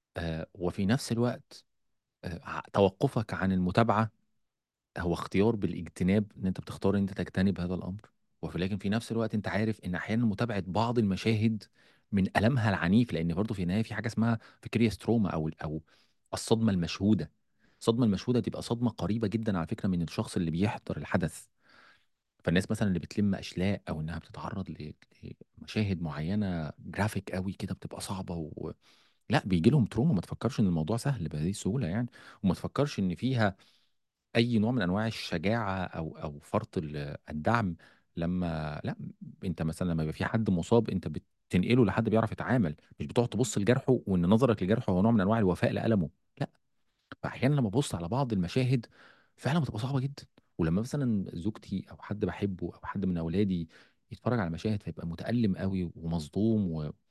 وفي نفس الوقت توقفك عن المتابعة هو اختيار بالاجتناب، ان انت بتختار ان انت تجتنب هذا الامر. لكن في نفس الوقت انت عارف ان احيانا متابعة بعض المشاهد من ألمها العنيف، لان برضو في النهاية في حاجة اسمها فيكريا ستروما او الصدمة المشهودة. الصدمة المشهودة تبقى صدمة قريبة جدا على فكرة من الشخص اللي بيحضر الحدث. فالناس مثلا اللي بتلم اشلاء او انها بتتعرض لمشاهد معينة جرافيك قوي كده بتبقى صعبة لا بيجي لهم تروما. ما تفكرش ان الموضوع سهل بهذه السهولة يعني. وما تفكرش ان فيها اي نوع من انواع الشجاعه او فرط الدعم. لما لا، انت مثلا لما يبقى في حد مصاب انت بتنقله لحد بيعرف يتعامل، مش بتقعد تبص لجرحه وان نظرك لجرحه هو نوع من انواع الوفاء لألمه. لا. فاحيانا لما ببص على بعض المشاهد فعلا بتبقى صعبه جدا. ولما مثلا زوجتي او حد بحبه او حد من اولادي يتفرج على مشاهد فيبقى متألم قوي ومصدوم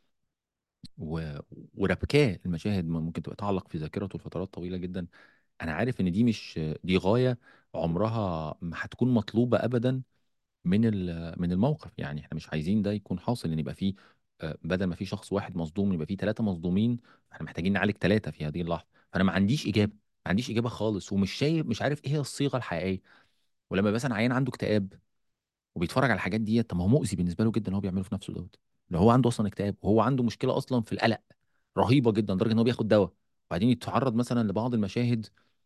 و... وربكاه. المشاهد ممكن تبقى تعلق في ذاكرته لفترات طويله جدا. انا عارف ان دي غايه عمرها ما هتكون مطلوبه ابدا من الموقف. يعني احنا مش عايزين ده يكون حاصل، ان يبقى فيه بدل ما في شخص واحد مصدوم يبقى فيه ثلاثه مصدومين. احنا محتاجين نعالج ثلاثه في هذه اللحظه. فانا ما عنديش اجابه، ما عنديش اجابه خالص، ومش شايف، مش عارف ايه هي الصيغه الحقيقيه. ولما مثلا عيان عنده اكتئاب وبيتفرج على الحاجات دي، طب ما هو مؤذي بالنسبه له جدا اللي هو بيعمله في نفسه دوت. لو هو عنده اصلا اكتئاب وهو عنده مشكله اصلا في القلق رهيبه جدا لدرجه ان هو بياخد دواء، وبعدين يتعرض مثلا لبعض المشاهد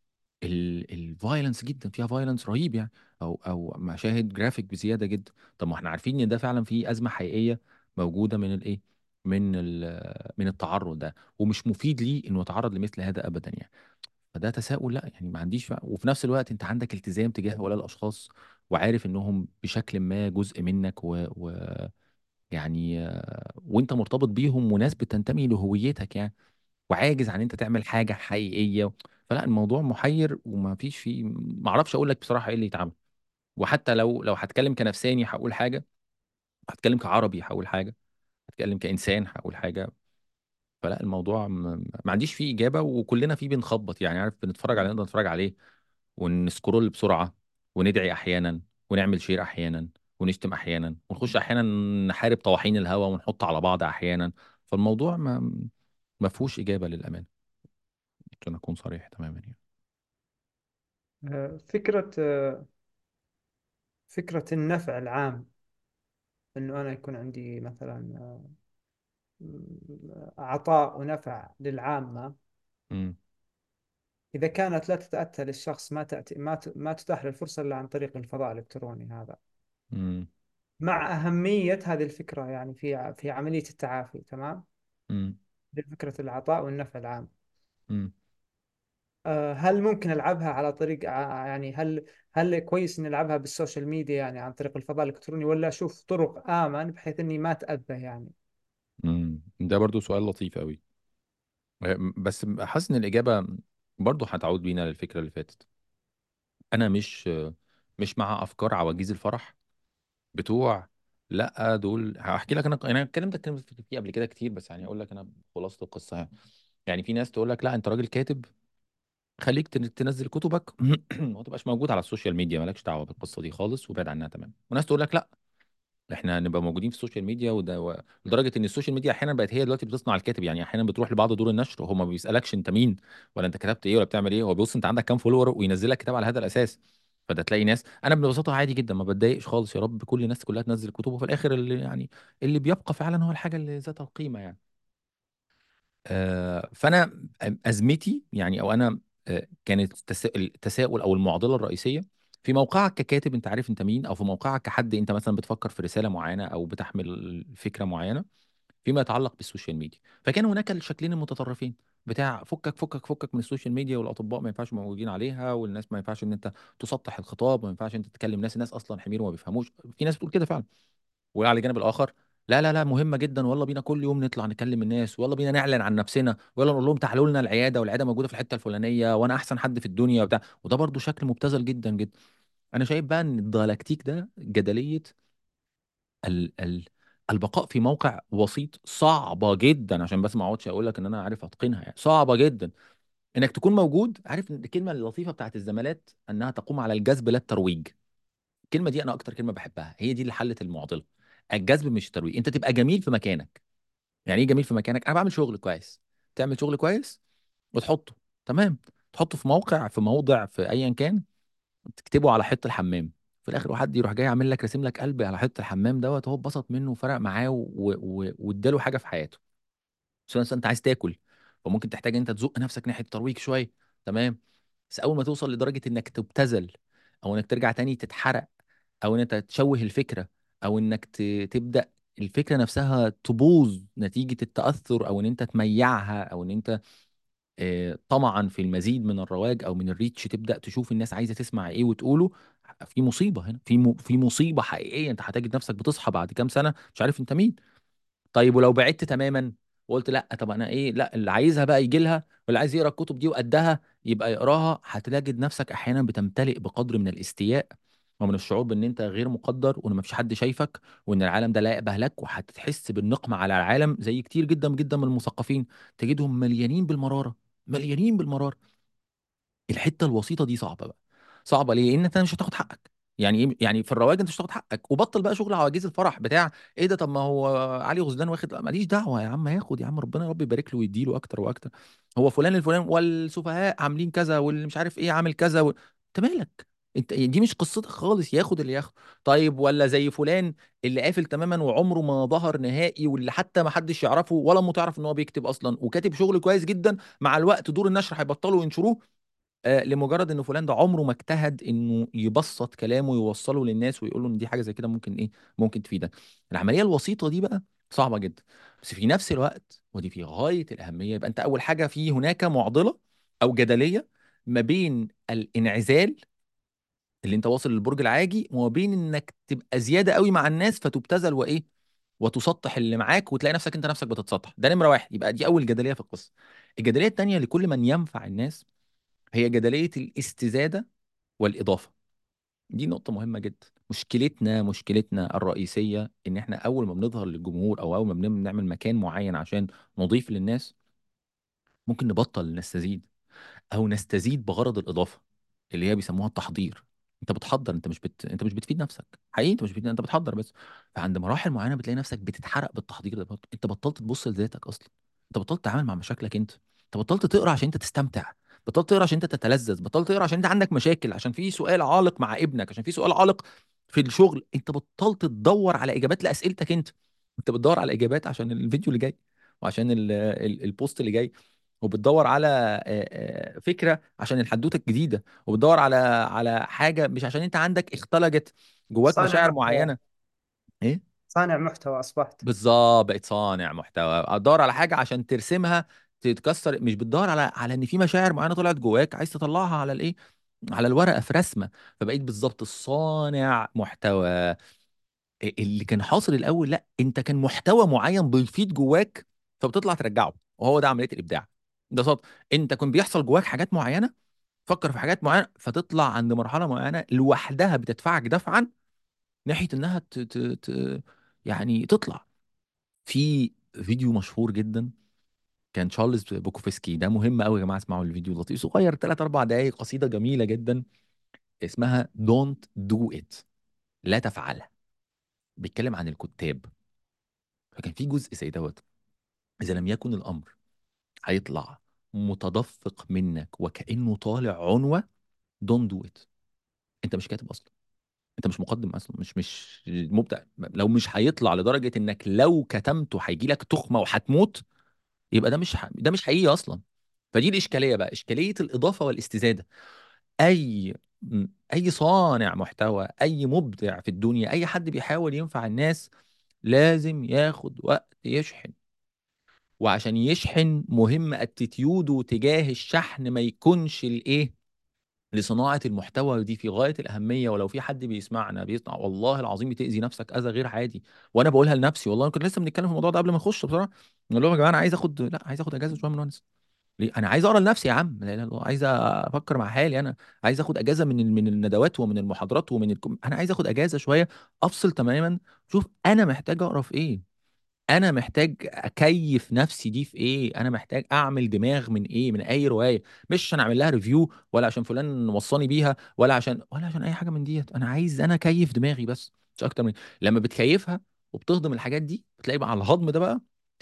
الفايلنس جدا، فيها فايلنس رهيب يعني، او مشاهد جرافيك بزياده جدا. طب ما احنا عارفين ان ده فعلا في ازمه حقيقيه موجوده من الايه، من التعرض ده، ومش مفيد ليه انه يتعرض لمثل هذا ابدا يعني. فده تساؤل لا يعني ما عنديش وفي نفس الوقت انت عندك التزام تجاه هؤلاء الاشخاص، وعارف انهم بشكل ما جزء منك يعني وانت مرتبط بيهم وناس بتنتمي لهويتك يعني، وعاجز عن انت تعمل حاجه حقيقيه. فلا الموضوع محير وما فيش فيه، ما اعرفش اقول لك بصراحه ايه اللي يتعمل. وحتى لو هتكلم كنفساني هقول حاجه، هتكلم كعربي هقول حاجه، هتكلم كانسان هقول حاجه. فلا الموضوع ما عنديش فيه اجابه، وكلنا فيه بنخبط يعني، عارف بنتفرج عليه نقدر نتفرج عليه ونسكرول بسرعه، وندعي احيانا، ونعمل شير احيانا، ونشتم احيانا، ونخش احيانا نحارب طواحين الهوا ونحط على بعض احيانا. فالموضوع ما فيهوش اجابه للامانه، عشان اكون صريح تماما يعني. فكرة النفع العام، إنه أنا يكون عندي مثلا عطاء ونفع للعامة. امم. إذا كانت لا تتأتى للشخص، ما تأتي ما تتاح له الفرصة إلا عن طريق الفضاء الإلكتروني هذا. امم. مع أهمية هذه الفكرة يعني في عملية التعافي، تمام. امم. فكرة العطاء والنفع العام. امم. هل ممكن ألعبها على طريق يعني هل كويس إني ألعبها بالسوشيال ميديا يعني عن طريق الفضاء الإلكتروني، ولا أشوف طرق آمن بحيث إني ما أتأذى يعني؟ ده برضو سؤال لطيف قوي. بس حاسس ان الاجابه برضو هتعود بينا للفكره اللي فاتت. انا مش مع افكار عواجيز الفرح بتوع، لا دول هحكي لك. انا اتكلمت فيه قبل كده كتير، بس يعني اقول لك انا خلاصه القصه يعني. يعني في ناس تقول لك لا انت راجل كاتب، خليك تنزل كتبك وما تبقاش موجود على السوشيال ميديا، مالكش دعوه بالقصه دي خالص وابعد عنها تمام. وناس تقول لك لا، احنا نبقى موجودين في السوشيال ميديا لدرجه ان السوشيال ميديا احيانا بقت هي دلوقتي بتصنع الكاتب. يعني احيانا بتروح لبعض دور النشر وهو ما بيسالكش انت مين ولا انت كتبت ايه ولا بتعمل ايه، هو بيبص انت عندك كام فولور وينزل لك كتاب على هذا الاساس. فده تلاقي ناس، انا ببساطه عادي جدا ما بتضايقش خالص، يا رب كل الناس كلها تنزل كتب، وفي الاخر اللي يعني اللي بيبقى فعلا هو الحاجه اللي ذات القيمه يعني. فانا ازمتي يعني، او انا كانت التساؤل او المعضله الرئيسيه في موقعك ككاتب انت عارف انت مين، او في موقعك كحد انت مثلا بتفكر في رساله معينه او بتحمل فكره معينه فيما يتعلق بالسوشيال ميديا. فكان هناك الشكلين المتطرفين بتاع فكك من السوشيال ميديا، والاطباء ما ينفعش موجودين عليها، والناس ما ينفعش ان انت تسطح الخطاب، ما ينفعش انت تتكلم الناس اصلا حمير وما بيفهموش. في ناس بتقول كده فعلا. وعلى الجانب الاخر لا لا لا مهمه جدا، والله بينا كل يوم نطلع نكلم الناس، والله بينا نعلن عن نفسنا، ويلا نقول لهم تعالوا لنا العياده، والعياده موجوده في الحته الفلانيه، وانا احسن حد في الدنيا وبتاع. وده برضو شكل مبتذل جدا جدا. انا شايف بقى ان الديالكتيك ده جدليه ال البقاء في موقع وسيط صعبه جدا، عشان بس ما اقعدش اقول لك ان انا عارف اتقنها يعني، صعبه جدا انك تكون موجود. عارف إن الكلمه اللطيفه بتاعت الزمالات انها تقوم على الجذب لا الترويج. الكلمه دي انا اكتر كلمه بحبها، هي دي اللي حلت المعضله. الجذب مش الترويج. انت تبقى جميل في مكانك. يعني ايه جميل في مكانك؟ انا بعمل شغل كويس، تعمل شغل كويس، وتحطه. تمام. تحطه في موقع، في موضع، في ايا كان، تكتبه على حيط الحمام. في الاخر واحد يروح جاي عامل لك، راسم لك قلب على حيط الحمام دوت، هو اتبسط منه وفرق معاه واداله حاجه في حياته. بس مثلا انت عايز تاكل، فممكن تحتاج انت تزق نفسك ناحيه الترويج شويه. تمام. بس اول ما توصل لدرجه انك تبتذل، او انك ترجع تاني تتحرق، او ان انت تشوه الفكره، او انك تبدا الفكره نفسها تبوظ نتيجه التاثر، او ان انت تميعها، او ان انت طمعا في المزيد من الرواج او من الريتش تبدا تشوف الناس عايزه تسمع ايه وتقوله. في مصيبه هنا، في مصيبه حقيقيه. انت هتجد نفسك بتصحى بعد كام سنه مش عارف انت مين. طيب ولو بعدت تماما وقلت لا، طب انا ايه، لا اللي عايزها بقى يجي لها، واللي عايز يقرا الكتب دي وقدها يبقى يقراها، هتجد نفسك احيانا بتمتلئ بقدر من الاستياء ومن الشعور بان انت غير مقدر، وان مفيش حد شايفك، وان العالم ده لا يقبه لك، وهتحس بالنقمه على العالم زي كتير جدا جدا من المثقفين تجدهم مليانين بالمراره، مليانين بالمراره. الحته الوسيطه دي صعبه بقى. صعبه ليه؟ ان انت مش هتاخد حقك. يعني ايه؟ يعني في الرواج انت مش هتاخد حقك. وبطل بقى شغل عواجيز الفرح بتاع ايه ده، طب ما هو علي غزلان واخد، ماليش دعوه يا عم، هياخد يا عم، ربنا يا رب يبارك له ويديله اكتر واكتر. هو فلان الفلان والسفهاء عاملين كذا واللي مش عارف ايه عامل كذا انت مالك؟ انت دي مش قصتك خالص، ياخد اللي ياخد. طيب ولا زي فلان اللي قافل تماما وعمره ما ظهر نهائي، واللي حتى ما حدش يعرفه ولا ما تعرف ان هو بيكتب اصلا، وكاتب شغل كويس جدا، مع الوقت دور النشر هيبطلوا ينشروه لمجرد ان فلان ده عمره ما اجتهد انه يبسط كلامه ويوصله للناس ويقول له ان دي حاجه زي كده ممكن ايه، ممكن تفيدك. العمليه الوسيطه دي بقى صعبه جدا. بس في نفس الوقت، ودي في غايه الاهميه، يبقى انت اول حاجه في هناك معضله او جدليه ما بين الانعزال اللي انت واصل للبرج العاجي، وما بين انك تبقى زياده قوي مع الناس فتبتذل وايه، وتسطح اللي معاك وتلاقي نفسك انت نفسك بتتسطح. ده نمره واحد، يبقى دي اول جدليه في القصه. الجدليه التانيه لكل من ينفع الناس هي جدلية الاستزادة والإضافة. دي نقطة مهمة جدا. مشكلتنا الرئيسية إن إحنا أول ما بنظهر للجمهور، أو أول ما بنعمل مكان معين عشان نضيف للناس، ممكن نبطل نستزيد، او نستزيد بغرض الاضافه اللي هي بيسموها التحضير. انت بتحضر، انت مش بتفيد نفسك حقيقي، انت مش بتفيد، انت بتحضر بس. فعند مراحل معينه بتلاقي نفسك بتتحرق بالتحضير ده. انت بطلت تبص لذاتك اصلا، انت بطلت تتعامل مع مشاكلك انت بطلت تقرا عشان انت تستمتع، بطلت تقرا عشان انت تتلذذ، بطلت تقرا عشان انت عندك مشاكل، عشان في سؤال عالق مع ابنك، عشان في سؤال عالق في الشغل. انت بطلت تدور على اجابات لاسئلتك انت بتدور على اجابات عشان الفيديو اللي جاي، وعشان البوست اللي جاي، وبتدور على فكره عشان الحدوته الجديده، وبتدور على حاجه مش عشان انت عندك اختلجت جواك صانع مشاعر محتوى. معينه. ايه؟ صانع محتوى أصبحت. بالظبط، بقيت صانع محتوى. هتدور على حاجه عشان ترسمها تتكسر، مش بتدور على ان في مشاعر معينه طلعت جواك عايز تطلعها على الايه، على الورقه في رسمه. فبقيت بالظبط الصانع محتوى. اللي كان حاصل الاول، لا انت كان محتوى معين بيفيد جواك فبتطلع ترجعه، وهو ده عمليه الابداع. ده صوت. انت كان بيحصل جواك حاجات معينه، فكر في حاجات معينه، فتطلع عند مرحله معينه لوحدها بتدفعك دفعا ناحيه انها يعني تطلع. في فيديو مشهور جدا كان تشارلز بوكوفسكي، ده مهم قوي يا جماعه، اسمعوا الفيديو لطيف صغير 3 4 دقائق، قصيده جميله جدا اسمها Don't do it، لا تفعلها. بيتكلم عن الكتاب. فكان في جزء زي دوت، اذا لم يكن الامر هيطلع متدفق منك وكانه طالع عنوه، don't do it. انت مش كاتب اصلا، انت مش مقدم اصلا، مش مبدع. لو مش هيطلع لدرجه انك لو كتمته هيجي لك تخمه وهتموت، يبقى ده مش حقيقي اصلا. فدي الاشكاليه بقى، اشكاليه الاضافه والاستزاده. اي اي صانع محتوى، اي مبدع في الدنيا، اي حد بيحاول ينفع الناس لازم ياخد وقت يشحن. وعشان يشحن مهم اتيتيوده تجاه الشحن ما يكونش الايه، لصناعة المحتوى دي في غاية الأهمية. ولو في حد بيسمعنا بيسمع، والله العظيم بتأذي نفسك أذى غير عادي. وأنا بقولها لنفسي والله. كنت لسه بنتكلم في الموضوع ده قبل ما نخش بصراحة، نقول لهم يا جماعة أنا عايز آخد، لا عايز آخد أجازة شوية من الونس. ليه؟ أنا عايز أقرا لنفسي يا عم، لا لا لا، عايز أفكر مع حالي أنا، عايز آخد أجازة من الندوات ومن المحاضرات أنا عايز آخد أجازة شوية، أفصل تماما. شوف أنا محتاج أقرا في إيه، انا محتاج اكيف نفسي دي في ايه، انا محتاج اعمل دماغ من ايه، من اي روايه. مش عشان اعمل لها ريفيو، ولا عشان فلان وصاني بيها، ولا عشان اي حاجه من ديت. انا عايز انا اكيف دماغي بس، مش اكتر من. لما بتكيفها وبتهضم الحاجات دي، بتلاقي بقى على الهضم ده بقى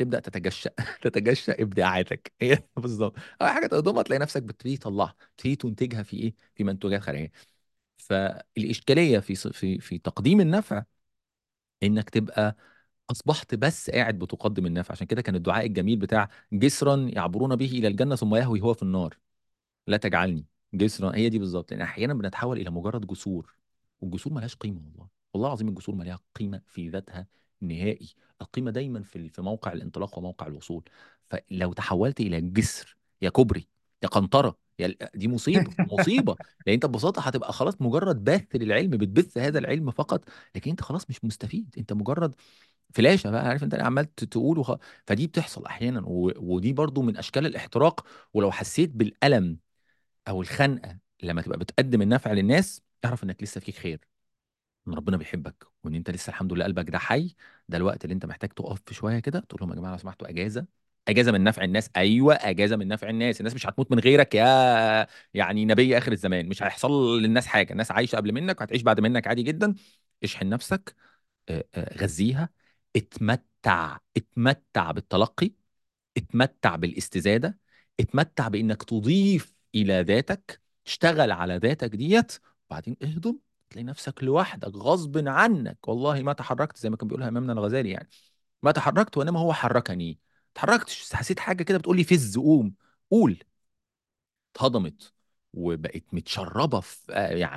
تبدا تتجشأ تتجشأ ابداعاتك هي بالظبط. اول حاجه تقدمها تلاقي نفسك بتبتدي تطلعها، تبتدي تنتجها في ايه، في منتوجات خارجيه. فالاشكاليه في تقديم النفع انك تبقى اصبحت بس قاعد بتقدم النفع. عشان كده كان الدعاء الجميل بتاع جسرا يعبرون به الى الجنه ثم يهوي هو في النار، لا تجعلني جسرا. هي دي بالظبط، لان احيانا بنتحول الى مجرد جسور، والجسور ملهاش قيمه. والله والله العظيم الجسور ما لها قيمه في ذاتها نهائي. القيمه دايما في موقع الانطلاق وموقع الوصول. فلو تحولت الى جسر، يا كوبري، يا قنطره، دي مصيبه مصيبه. لان انت ببساطه هتبقى خلاص مجرد باث للعلم، بتبث هذا العلم فقط، لكن انت خلاص مش مستفيد، انت مجرد فلاشه بقى، عارف انت عمال تقول فدي بتحصل احيانا، ودي برضو من اشكال الاحتراق. ولو حسيت بالالم او الخنقه لما تبقى بتقدم النفع للناس، اعرف انك لسه فيك خير، ان ربنا بيحبك، وان انت لسه الحمد لله قلبك ده حي. ده الوقت اللي انت محتاج تقف في شويه كده، تقول لهم يا جماعه لو سمحتوا اجازه، اجازه من نفع الناس. ايوه اجازه من نفع الناس. الناس مش هتموت من غيرك يا يعني نبي اخر الزمان، مش هيحصل للناس حاجه، الناس عايشه قبل منك وهتعيش بعد منك عادي جدا. اشحن نفسك، غذيها، اتمتع، اتمتع بالتلقي، اتمتع بالاستزادة، اتمتع بانك تضيف الى ذاتك، اشتغل على ذاتك ديت. وبعدين اهضم، تلاقي نفسك لوحدك غصب عنك. والله ما تحركت، زي ما كان بيقولها امامنا الغزالي يعني، ما تحركت وانما هو حركني. اتحركتش، حسيت حاجه كده بتقول لي فز قوم، قول. اتهضمت وبقت متشربه في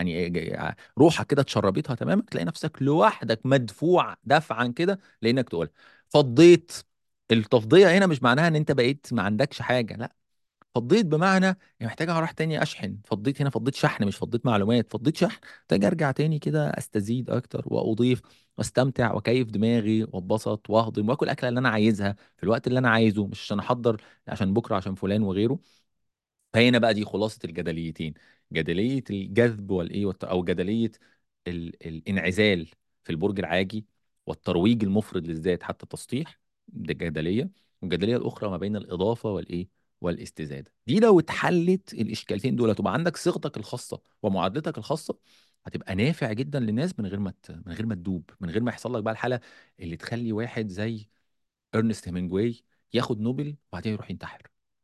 روحك كده اتشربتها تماما، تلاقي نفسك لوحدك مدفوع دفعا كده لانك تقولها. فضيت. التفضيه هنا مش معناها ان انت بقيت ما عندكش حاجه، لا. فضيت بمعنى يعني محتاج اروح تاني اشحن. فضيت هنا فضيت شحن، مش فضيت معلومات، فضيت شحن. محتاج ارجع تاني كده استزيد اكتر واضيف واستمتع واكيف دماغي واتبسط واهضم واكل الاكله اللي انا عايزها في الوقت اللي انا عايزه، مش عشان احضر عشان بكره عشان فلان وغيره. فهنا بقى دي خلاصة الجدليتين، جدلية الجذب والإيه أو جدلية الانعزال في البرج العاجي، والترويج المفرط للذات حتى التسطيح، ده جدلية. والجدلية الأخرى ما بين الإضافة والإيه والاستزادة. دي لو اتحلت الإشكالتين دول، تبقى عندك صيغتك الخاصة ومعادلتك الخاصة، هتبقى نافع جدا للناس من غير ما من غير ما تدوب، من غير ما يحصل لك بقى الحالة اللي تخلي واحد زي ارنست هيمنجواي ياخد نوبل وبعدين يروح ينتحر.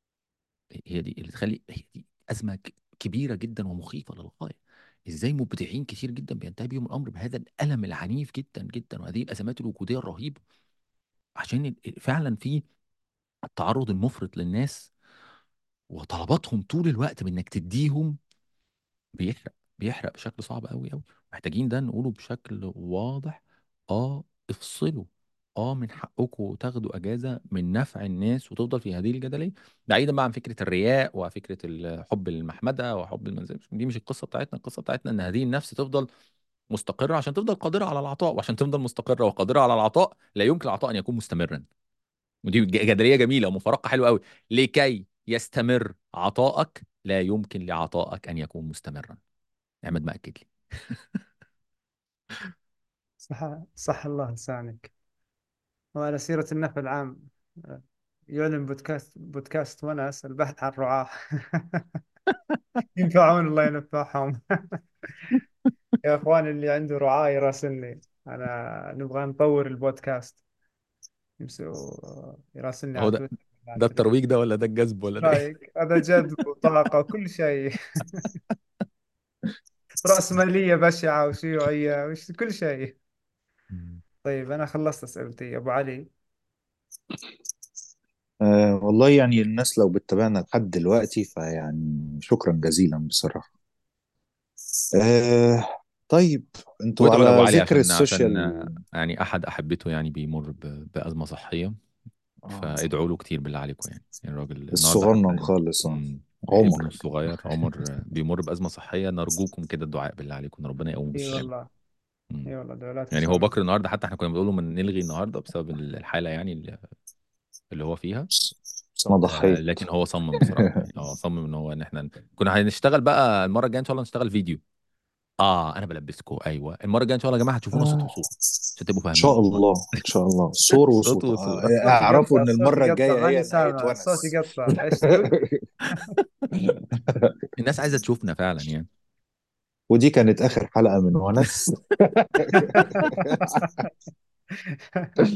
هي دي اللي تخلي، هي دي أزمة كبيرة جدا ومخيفة للغاية. ازاي مبدعين كتير جدا بينتهي بيهم الامر بهذا الالم العنيف جدا جدا، وهذه الازمات الوجوديه الرهيبه، عشان فعلا في التعرض المفرط للناس وطلباتهم طول الوقت بانك تديهم، بيحرق، بيحرق بشكل صعب قوي قوي. محتاجين ده نقوله بشكل واضح. اه افصلوا، اه من حقكم تاخدوا اجازه من نفع الناس وتفضل في هذه الجدليه. بعيدا بقى عن فكره الرياء وفكره حب المحمده وحب المنزل، دي مش القصه بتاعتنا. القصه بتاعتنا ان هذه النفس تفضل مستقره عشان تفضل قادره على العطاء، وعشان تفضل مستقره وقادره على العطاء لا يمكن العطاء ان يكون مستمرا. ودي جدليه جميله ومفارقه حلوه قوي. لكي يستمر عطائك لا يمكن لعطائك ان يكون مستمرا. احمد مأكد لي. صح، صح الله لسانك. وعلى سيرة النفع العام، يعلن بودكاست ونس البحث عن رعاة ينفعون الله ينفعهم. يا اخوان اللي عنده رعاة يراسلني، انا نبغى نطور البودكاست. يراسلني هو على ده، تويتر ولا على ده الفيسبوك. الترويج ده ولا ده الجذب ولا ايش ده ايه؟ رايك؟ هذا جذب وطاقة وكل شيء. رأسمالية بشعة وشيوعية وش كل شيء. مم. طيب انا خلصت اسئلتي يا ابو علي. والله يعني الناس لو بتتابعنا لحد دلوقتي فيعني شكرا جزيلا بصراحة. آه طيب، انتوا وادعوا لابو على علي ذكر عشان السوشيال. يعني احد احبته يعني بيمر بازمه صحيه. فادعوا له كتير بالله عليكم يعني. الراجل النهارده الصغنن حتى خالص ابنه عمر. الصغير عمر بيمر بازمه صحيه. نرجوكم كده الدعاء بالله عليكم ان ربنا يقومه اي بالسلامه. والله، مم. اي والله دولات يعني هو تشتغل. بكر النهارده حتى احنا كنا بنقول له من نلغي النهارده بسبب الحاله يعني اللي هو فيها. بس انا ضحيت. لكن هو صمم بصراحه يعني، صمم ان هو ان احنا كنا هنشتغل بقى المره الجايه ان شاء الله نشتغل فيديو. انا بلبسكم، ايوه المره الجايه ان شاء الله يا جماعه هتشوفونا صوت آه وصوره عشان تبقوا ان شاء فاهمين. الله ان شاء الله صور صوت وصوت. وصوره. الصوت اعرفوا يقطع، ان الصوت المرة يقطع، الجاية ماني هي نهاية سامع، الصوت ونس. يقطع، ايش تقول؟ الناس عايزه تشوفنا فعلا يعني. ودي كانت اخر حلقة من ونس.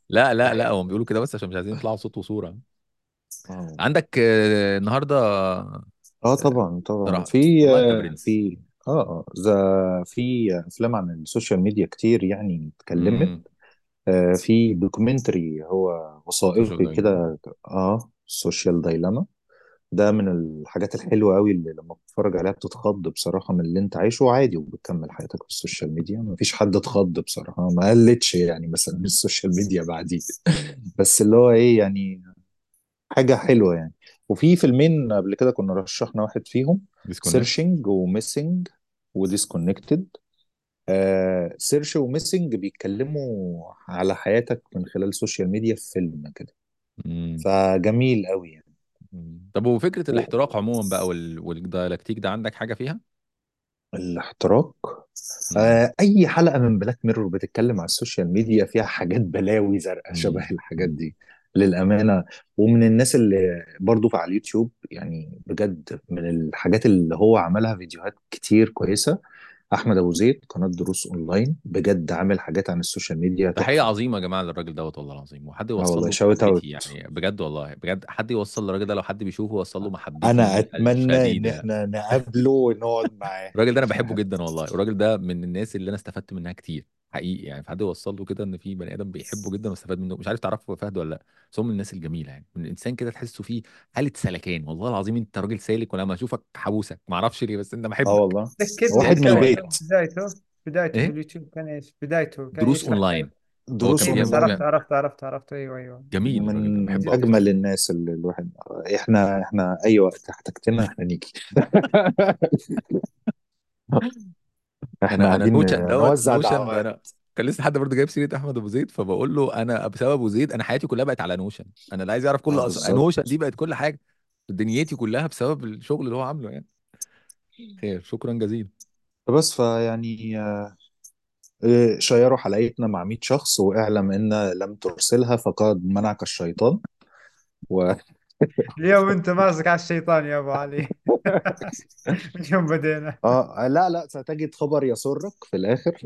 لا لا لا، هم بيقولوا كده بس عشان مش عايزين يطلعوا صوت وصورة. اه. عندك النهارده طبعا طبعا اقتراح والله يا برنس. في في افلام عن السوشيال ميديا كتير يعني اتكلمت. امم في دوكيومنتري هو سوشيال وثائقي دايلاما. كده. اه، سوشيال دايلاما. ده من الحاجات الحلوة قوي اللي لما بتتفرج عليها بتتخض بصراحة من اللي انت عايشه عادي، وبتكمل حياتك في السوشيال ميديا. مفيش حد اتخض بصراحة، ما قلتش يعني مثلا من السوشيال ميديا بعدين. بس اللي هو ايه يعني، حاجة حلوة يعني. وفي فيلمين قبل كده كنا رشحنا واحد فيهم، ديسكونكت. سيرشنج وميسنج وديسكونكتد. سيرش وميسنج بيتكلموا على حياتك من خلال السوشيال ميديا في فيلم كده، امم فجميل قوي يعني. طب وفكرة و- الاحتراق عموما بقى والديالكتيك ده عندك حاجة فيها؟ الاحتراق. امم اي حلقة من بلاك ميرور بتتكلم على السوشيال ميديا فيها حاجات بلاوي زرقاء شبه الحاجات امم دي، للأمانة. ومن الناس اللي برضو على اليوتيوب يعني بجد من الحاجات اللي هو عملها فيديوهات كتير كويسة، احمد ابو زيد قناه دروس اونلاين، بجد عامل حاجات عن السوشيال ميديا تحية تحفه. عظيمة يا جماعة للراجل دوت والله العظيم، وحد اه يوصل والله، له شاوت اوت. محبتي يعني بجد والله بجد، حد يوصل للراجل ده لو حد بيشوفه يوصل له انا محبتي اتمنى ان الشديدة. احنا نقابله ونقعد معاه. الراجل ده انا بحبه جدا والله، والراجل ده من الناس اللي انا استفدت منها كتير حقيقي يعني. فحد يوصل له كده ان في بني ادم بيحبه جدا واستفاد منه، مش عارف تعرفه فهد ولا لا، بس هو من الناس الجميله يعني، من الانسان كده تحسه فيه حاله سلكان. والله العظيم انت راجل سالك، ولما اشوفك حبوسك ما اعرفش ليه بس انا اه بحبك. والله، ذكرني واحد سالك من ذكرني شويه. البيت. شلون بدايته في ايه؟ اليوتيوب كان ايش؟ بدايته كان دروس يشرح اونلاين. كيف. هو كان دروس اي بس بيعمل اونلاين. عرفت ايوه ايوه. جميل الراجل ده، من بحبه قوي اجمل بصراحه. الناس اللي الواحد، احنا اي وقت احتجتنا احنا نيجي. احنا انا قاعدين نوشن دوت نوزع نوشن دعوات. انا. كان لسه حد برضه جايب سيره احمد ابو زيد، فبقول له انا بسبب ابو زيد انا حياتي كلها بقت على نوشن. انا اللي عايز يعرف كل اه نوشن دي بالظبط. بقت كل حاجه. دنيتي كلها بسبب الشغل اللي هو عامله يعني. خير، شكرا جزيلا. بس فيعني شيروا حلقتنا مع 100 شخص، واعلم ان لم ترسلها فقد منعك الشيطان. و اليوم انت ماسك على الشيطان يا ابو علي. من يوم بدينا. لا لا، ستجد خبر يسرك في الاخر.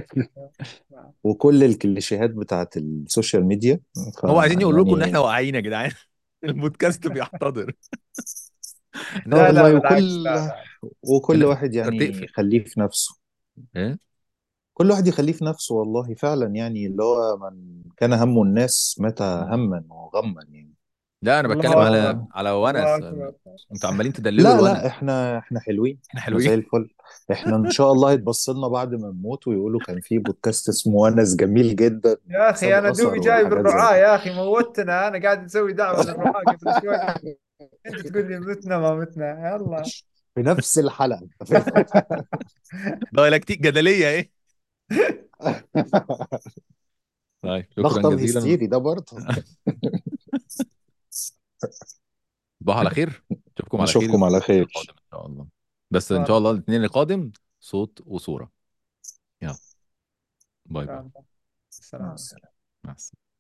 وكل الكليشيهات بتاعت السوشيال ميديا. هو عايزين يقولوا لكم ان فيعني احنا واقعين يا جدعان. البودكاست بيحتضر. اه الناس لا لا والله. بالعكس، لا لا. وكل الناس واحد بتفكر يعني تقفل. يخليه في نفسه. ايه؟ كل واحد يخليه في نفسه والله فعلا، يعني اللي هو من كان همه الناس مات مم. هما وغما يعني. لا انا بتكلم الله على اكبر. ف الله ونس. اكبر. انتوا عمالين تدللوا لا لا، الونس. احنا حلوين، احنا احنا حلوين. زي الفل. احنا ان شاء الله يتبص لنا بعد ما نموت ويقولوا كان في بودكاست اسمه ونس جميل جدا يا وساب اخي انا دوبي اثر جاي وحاجات زي بالرعاة كده. يا اخي، موتنا. انا قاعد نسوي دعوة للرعاة قبل شوي، انت تقول لي متنا ما متنا. يلا. في نفس الحلقة. دايلكتيك جدليه ايه. طيب ده شكرا خطاب جزيلا. هستيري ده برضه. تصبحوا على خير. اشوفكم على خير يوم نشوفكم على الاثنين خير. القادم ان شاء الله. بس ان شاء الله بارك الاثنين القادم صوت وصورة. يلا. باي باي. الله. مع السلام. السلامة. مع السلامة.